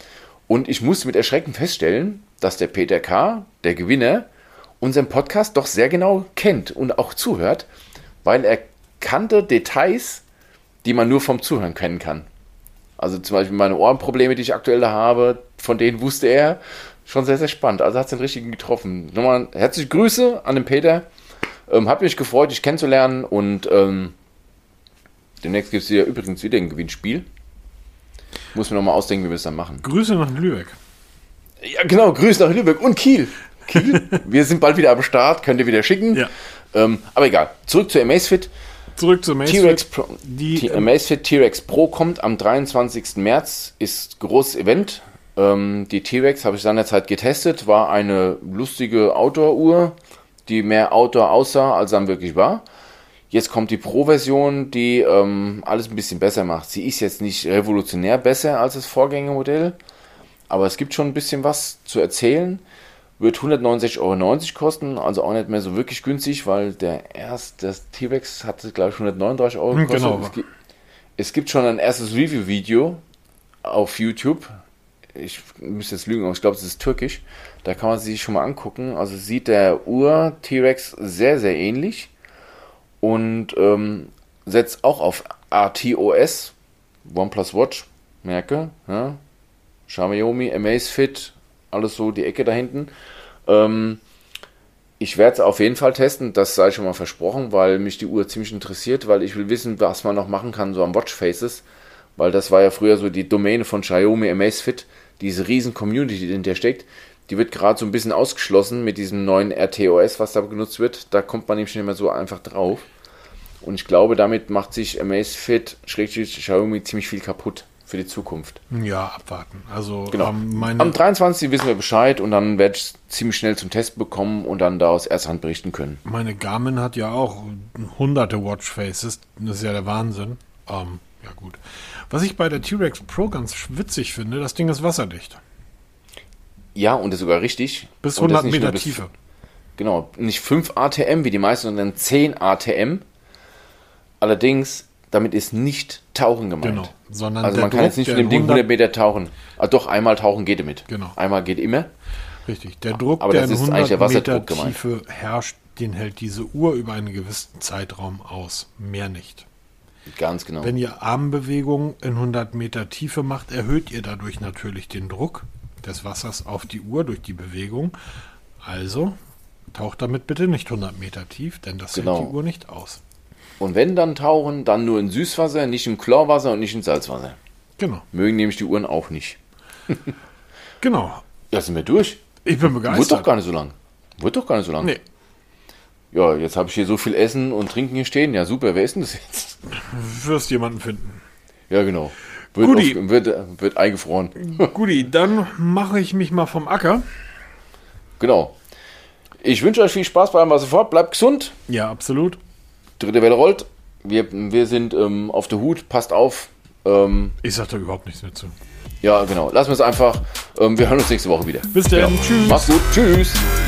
Und ich musste mit Erschrecken feststellen, dass der Peter K., der Gewinner, unseren Podcast doch sehr genau kennt und auch zuhört, weil er kannte Details, die man nur vom Zuhören kennen kann. Also zum Beispiel meine Ohrenprobleme, die ich aktuell da habe, von denen wusste er. Schon sehr, sehr spannend. Also hat es den richtigen getroffen. Nochmal herzliche Grüße an den Peter. Hat mich gefreut, dich kennenzulernen. Und demnächst gibt es übrigens wieder ein Gewinnspiel. Muss mir nochmal ausdenken, wie wir es dann machen. Grüße nach Lübeck. Ja, genau. Grüße nach Lübeck und Kiel. Wir sind bald wieder am Start. Könnt ihr wieder schicken. Ja. Aber egal. Zurück zur Amazfit. T-Rex Pro. Die Amazfit T-Rex Pro kommt am 23. März. Ist großes Event. Die T-Rex habe ich seinerzeit getestet. War eine lustige Outdoor-Uhr, die mehr Outdoor aussah, als dann wirklich war. Jetzt kommt die Pro-Version, die alles ein bisschen besser macht. Sie ist jetzt nicht revolutionär besser als das Vorgängermodell, aber es gibt schon ein bisschen was zu erzählen. Wird 169,90 € kosten, also auch nicht mehr so wirklich günstig, weil das T-Rex hatte, glaube ich, 139 € gekostet. Genau. Es gibt schon ein erstes Review-Video auf YouTube. Ich müsste jetzt lügen, aber ich glaube, es ist türkisch. Da kann man sich schon mal angucken. Also sieht der Uhr T-Rex sehr, sehr ähnlich. Und setzt auch auf RTOS, OnePlus Watch, merke, ja, Xiaomi, Amazfit, alles so die Ecke da hinten. Ich werde es auf jeden Fall testen, das sei schon mal versprochen, weil mich die Uhr ziemlich interessiert, weil ich will wissen, was man noch machen kann, so am Watchfaces, weil das war ja früher so die Domäne von Xiaomi, Amazfit, diese riesen Community, die in der steckt, die wird gerade so ein bisschen ausgeschlossen mit diesem neuen RTOS, was da genutzt wird, da kommt man nämlich nicht mehr so einfach drauf. Und ich glaube, damit macht sich Amazfit, Xiaomi ziemlich viel kaputt für die Zukunft. Ja, abwarten. Also genau. Am 23. wissen wir Bescheid und dann werde ich es ziemlich schnell zum Test bekommen und dann da aus erster Hand berichten können. Meine Garmin hat ja auch hunderte Watchfaces. Das ist ja der Wahnsinn. Ja gut. Was ich bei der T-Rex Pro ganz witzig finde, das Ding ist wasserdicht. Ja, und das ist sogar richtig. Bis 100 Meter Tiefe. Genau, nicht 5 ATM wie die meisten, sondern 10 ATM. Allerdings, damit ist nicht Tauchen gemeint. Genau, sondern also man kann jetzt nicht mit dem Ding 100 Meter tauchen. Also doch, einmal tauchen geht damit. Genau. Einmal geht immer. Richtig, der Druck, aber der in 100 Meter Tiefe herrscht, den hält diese Uhr über einen gewissen Zeitraum aus. Mehr nicht. Ganz genau. Wenn ihr Armbewegungen in 100 Meter Tiefe macht, erhöht ihr dadurch natürlich den Druck des Wassers auf die Uhr durch die Bewegung. Also taucht damit bitte nicht 100 Meter tief, denn das hält die Uhr nicht aus. Und wenn dann tauchen, dann nur in Süßwasser, nicht im Chlorwasser und nicht in Salzwasser. Genau. Mögen nämlich die Uhren auch nicht. Genau. Ja, sind wir durch. Ich bin begeistert. Wird doch gar nicht so lang. Nee. Ja, jetzt habe ich hier so viel Essen und Trinken hier stehen. Ja, super. Wer ist denn das jetzt? Du wirst jemanden finden. Ja, genau. Wird eingefroren. Guti, dann mache ich mich mal vom Acker. Genau. Ich wünsche euch viel Spaß bei allem, was ihr vorhabt. Bleibt gesund. Ja, absolut. Dritte Welle rollt. Wir sind auf der Hut. Passt auf. Ich sag da überhaupt nichts mehr zu. Ja, genau. Lassen wir es einfach. Wir hören uns nächste Woche wieder. Bis dann. Genau. Tschüss. Mach's gut. Tschüss.